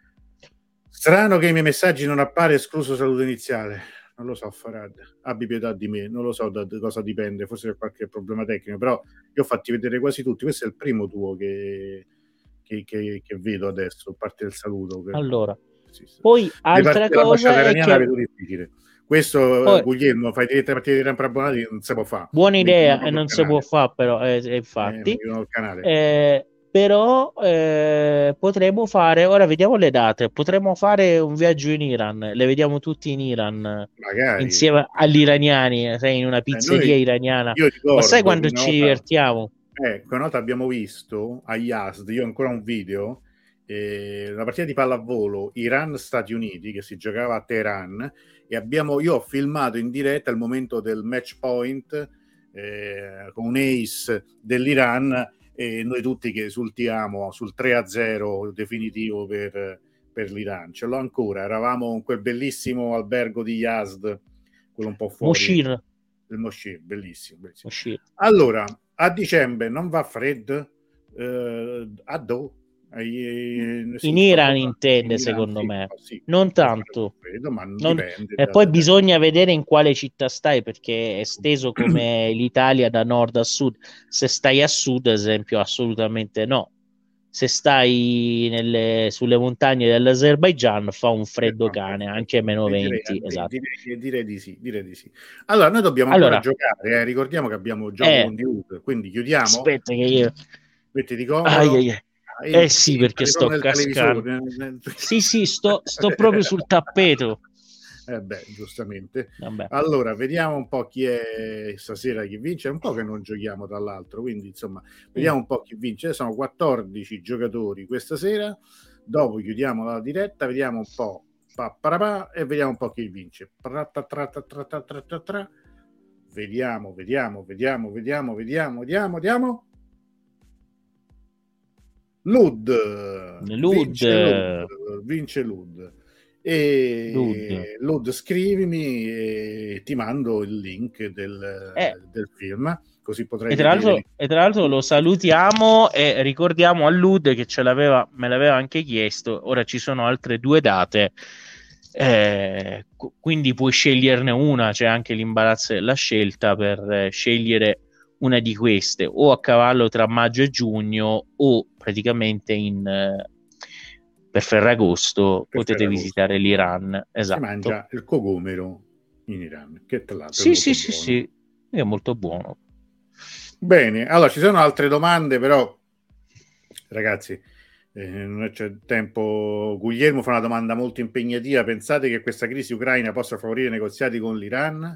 Strano che i miei messaggi non appare escluso saluto iniziale. Non lo so, Farad, abbi pietà di me, non lo so da, da cosa dipende, forse c'è qualche problema tecnico, però io ho fatti vedere quasi tutti. Questo è il primo tuo che, che, che, che vedo adesso, a parte il saluto. Che... Allora, sì, sì. poi altra cosa è che... è difficile. Questo, poi, Guglielmo, fai dirette partite di rampa abbonati, non si può fare. Buona idea, e non si può fare, però, eh, infatti. Eh, canale. Eh, però eh, potremmo fare, ora vediamo le date, potremmo fare un viaggio in Iran, le vediamo tutti in Iran. Magari. Insieme agli iraniani, sei in una pizzeria eh, noi, iraniana. Io ricordo, ma sai quando ci divertiamo? Eh, una volta abbiamo visto a Yazd, io ho ancora un video, eh, una partita di pallavolo Iran-Stati Uniti che si giocava a Teheran, e abbiamo, io ho filmato in diretta il momento del match point eh, con un ace dell'Iran, e noi tutti che esultiamo sul tre a zero definitivo per, per l'Iran. Ce l'ho ancora, eravamo in quel bellissimo albergo di Yazd, quello un po' fuori. Moshir. Il Moshir, bellissimo. bellissimo. Moshir. Allora, a dicembre non va freddo? Eh, a do? Eh, in sì, Iran intende, in secondo Iran, me, sì, sì, non tanto. freddo, ma non non... dipende. E da, poi da, bisogna da... vedere in quale città stai, perché è esteso come l'Italia da nord a sud. Se stai a sud, ad esempio, assolutamente no. Se stai nelle, sulle montagne dell'Azerbaigian fa un freddo cane, anche meno venti. Direi, esatto. direi, direi di sì, direi di sì. Allora, noi dobbiamo ancora allora, giocare, eh. Ricordiamo che abbiamo gioco eh, con Duke, quindi chiudiamo. Aspetta che io... Mettiti comodo. Ai, ai, ai. Eh sì, perché sto cascando. Nel... Sì, sì, sto, sto proprio sul tappeto. Eh beh, giustamente. Vabbè. Allora, vediamo un po' chi è stasera, chi vince. È un po' che non giochiamo, tra l'altro, quindi insomma, vediamo un po' chi vince. Sono quattordici giocatori questa sera. Dopo chiudiamo la diretta, vediamo un po'. Pa, pa, pa, e vediamo un po' chi vince. Tra, tra, tra, tra, tra, tra, tra, tra. Vediamo, vediamo, vediamo, vediamo, vediamo, vediamo, vediamo. Lud. Lud. Vince Lud. Vince Lud. E Lud. Lud, scrivimi e ti mando il link del, eh. del film, così potrai e tra, vedere. l'altro, e tra l'altro lo salutiamo e ricordiamo a Lud che ce l'aveva, me l'aveva anche chiesto. Ora ci sono altre due date Eh, quindi puoi sceglierne una, c'è anche l'imbarazzo della scelta per eh, scegliere una di queste, o a cavallo tra maggio e giugno, o praticamente in, eh, per Ferragosto Per potete Ferragosto. visitare l'Iran. Si Esatto. mangia il cocomero in Iran, che tra l'altro è Sì, sì, molto sì, buono. sì, è molto buono. Bene, allora ci sono altre domande, però ragazzi, eh, non c'è tempo. Guglielmo fa una domanda molto impegnativa. Pensate che questa crisi ucraina possa favorire i negoziati con l'Iran?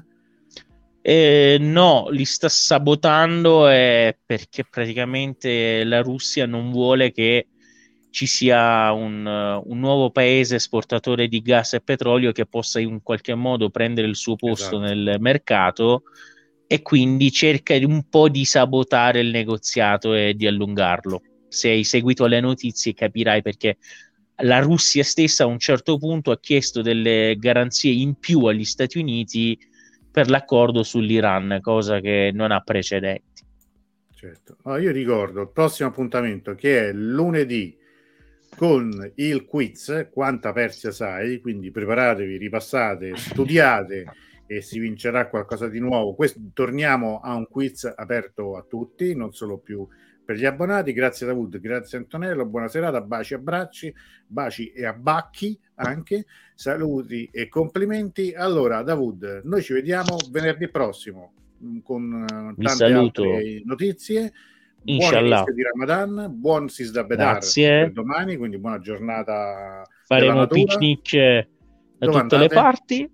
Eh, no, li sta sabotando eh, perché praticamente la Russia non vuole che ci sia un, uh, un nuovo paese esportatore di gas e petrolio che possa in qualche modo prendere il suo posto Esatto. nel mercato, e quindi cerca di un po' di sabotare il negoziato e di allungarlo. Se hai seguito le notizie capirai perché la Russia stessa a un certo punto ha chiesto delle garanzie in più agli Stati Uniti per l'accordo sull'Iran, cosa che non ha precedenti. Certo. Allora, io ricordo il prossimo appuntamento che è lunedì con il quiz Quanta Persia sai, quindi preparatevi, ripassate, studiate e si vincerà qualcosa di nuovo. Questo, torniamo a un quiz aperto a tutti, non solo più per gli abbonati. Grazie Davud, grazie Antonello, buona serata, baci e abbracci, baci e abbacchi anche, saluti e complimenti. Allora Davud, noi ci vediamo venerdì prossimo con Vi tante saluto, altre notizie. Buon inshallah. inizio di Ramadan, buon Sisda Bedar per Grazie. domani, quindi buona giornata della Faremo natura. picnic da Dove tutte le andate? parti.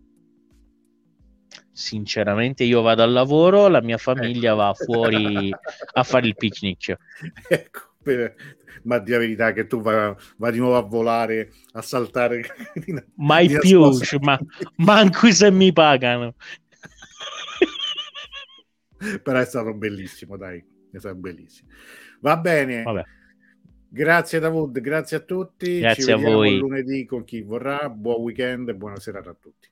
Sinceramente, io vado al lavoro, la mia Ecco. famiglia va fuori a fare il picnic. Ecco, per... ma di la verità che tu vai, vai di nuovo a volare, a saltare di, Mai di più, nascosto. ma manco se mi pagano. Però è stato bellissimo, dai, è stato bellissimo. Va bene. Vabbè. Grazie Davud, grazie a tutti. Ci Grazie a vediamo voi. lunedì con chi vorrà. Buon weekend e buona serata a tutti.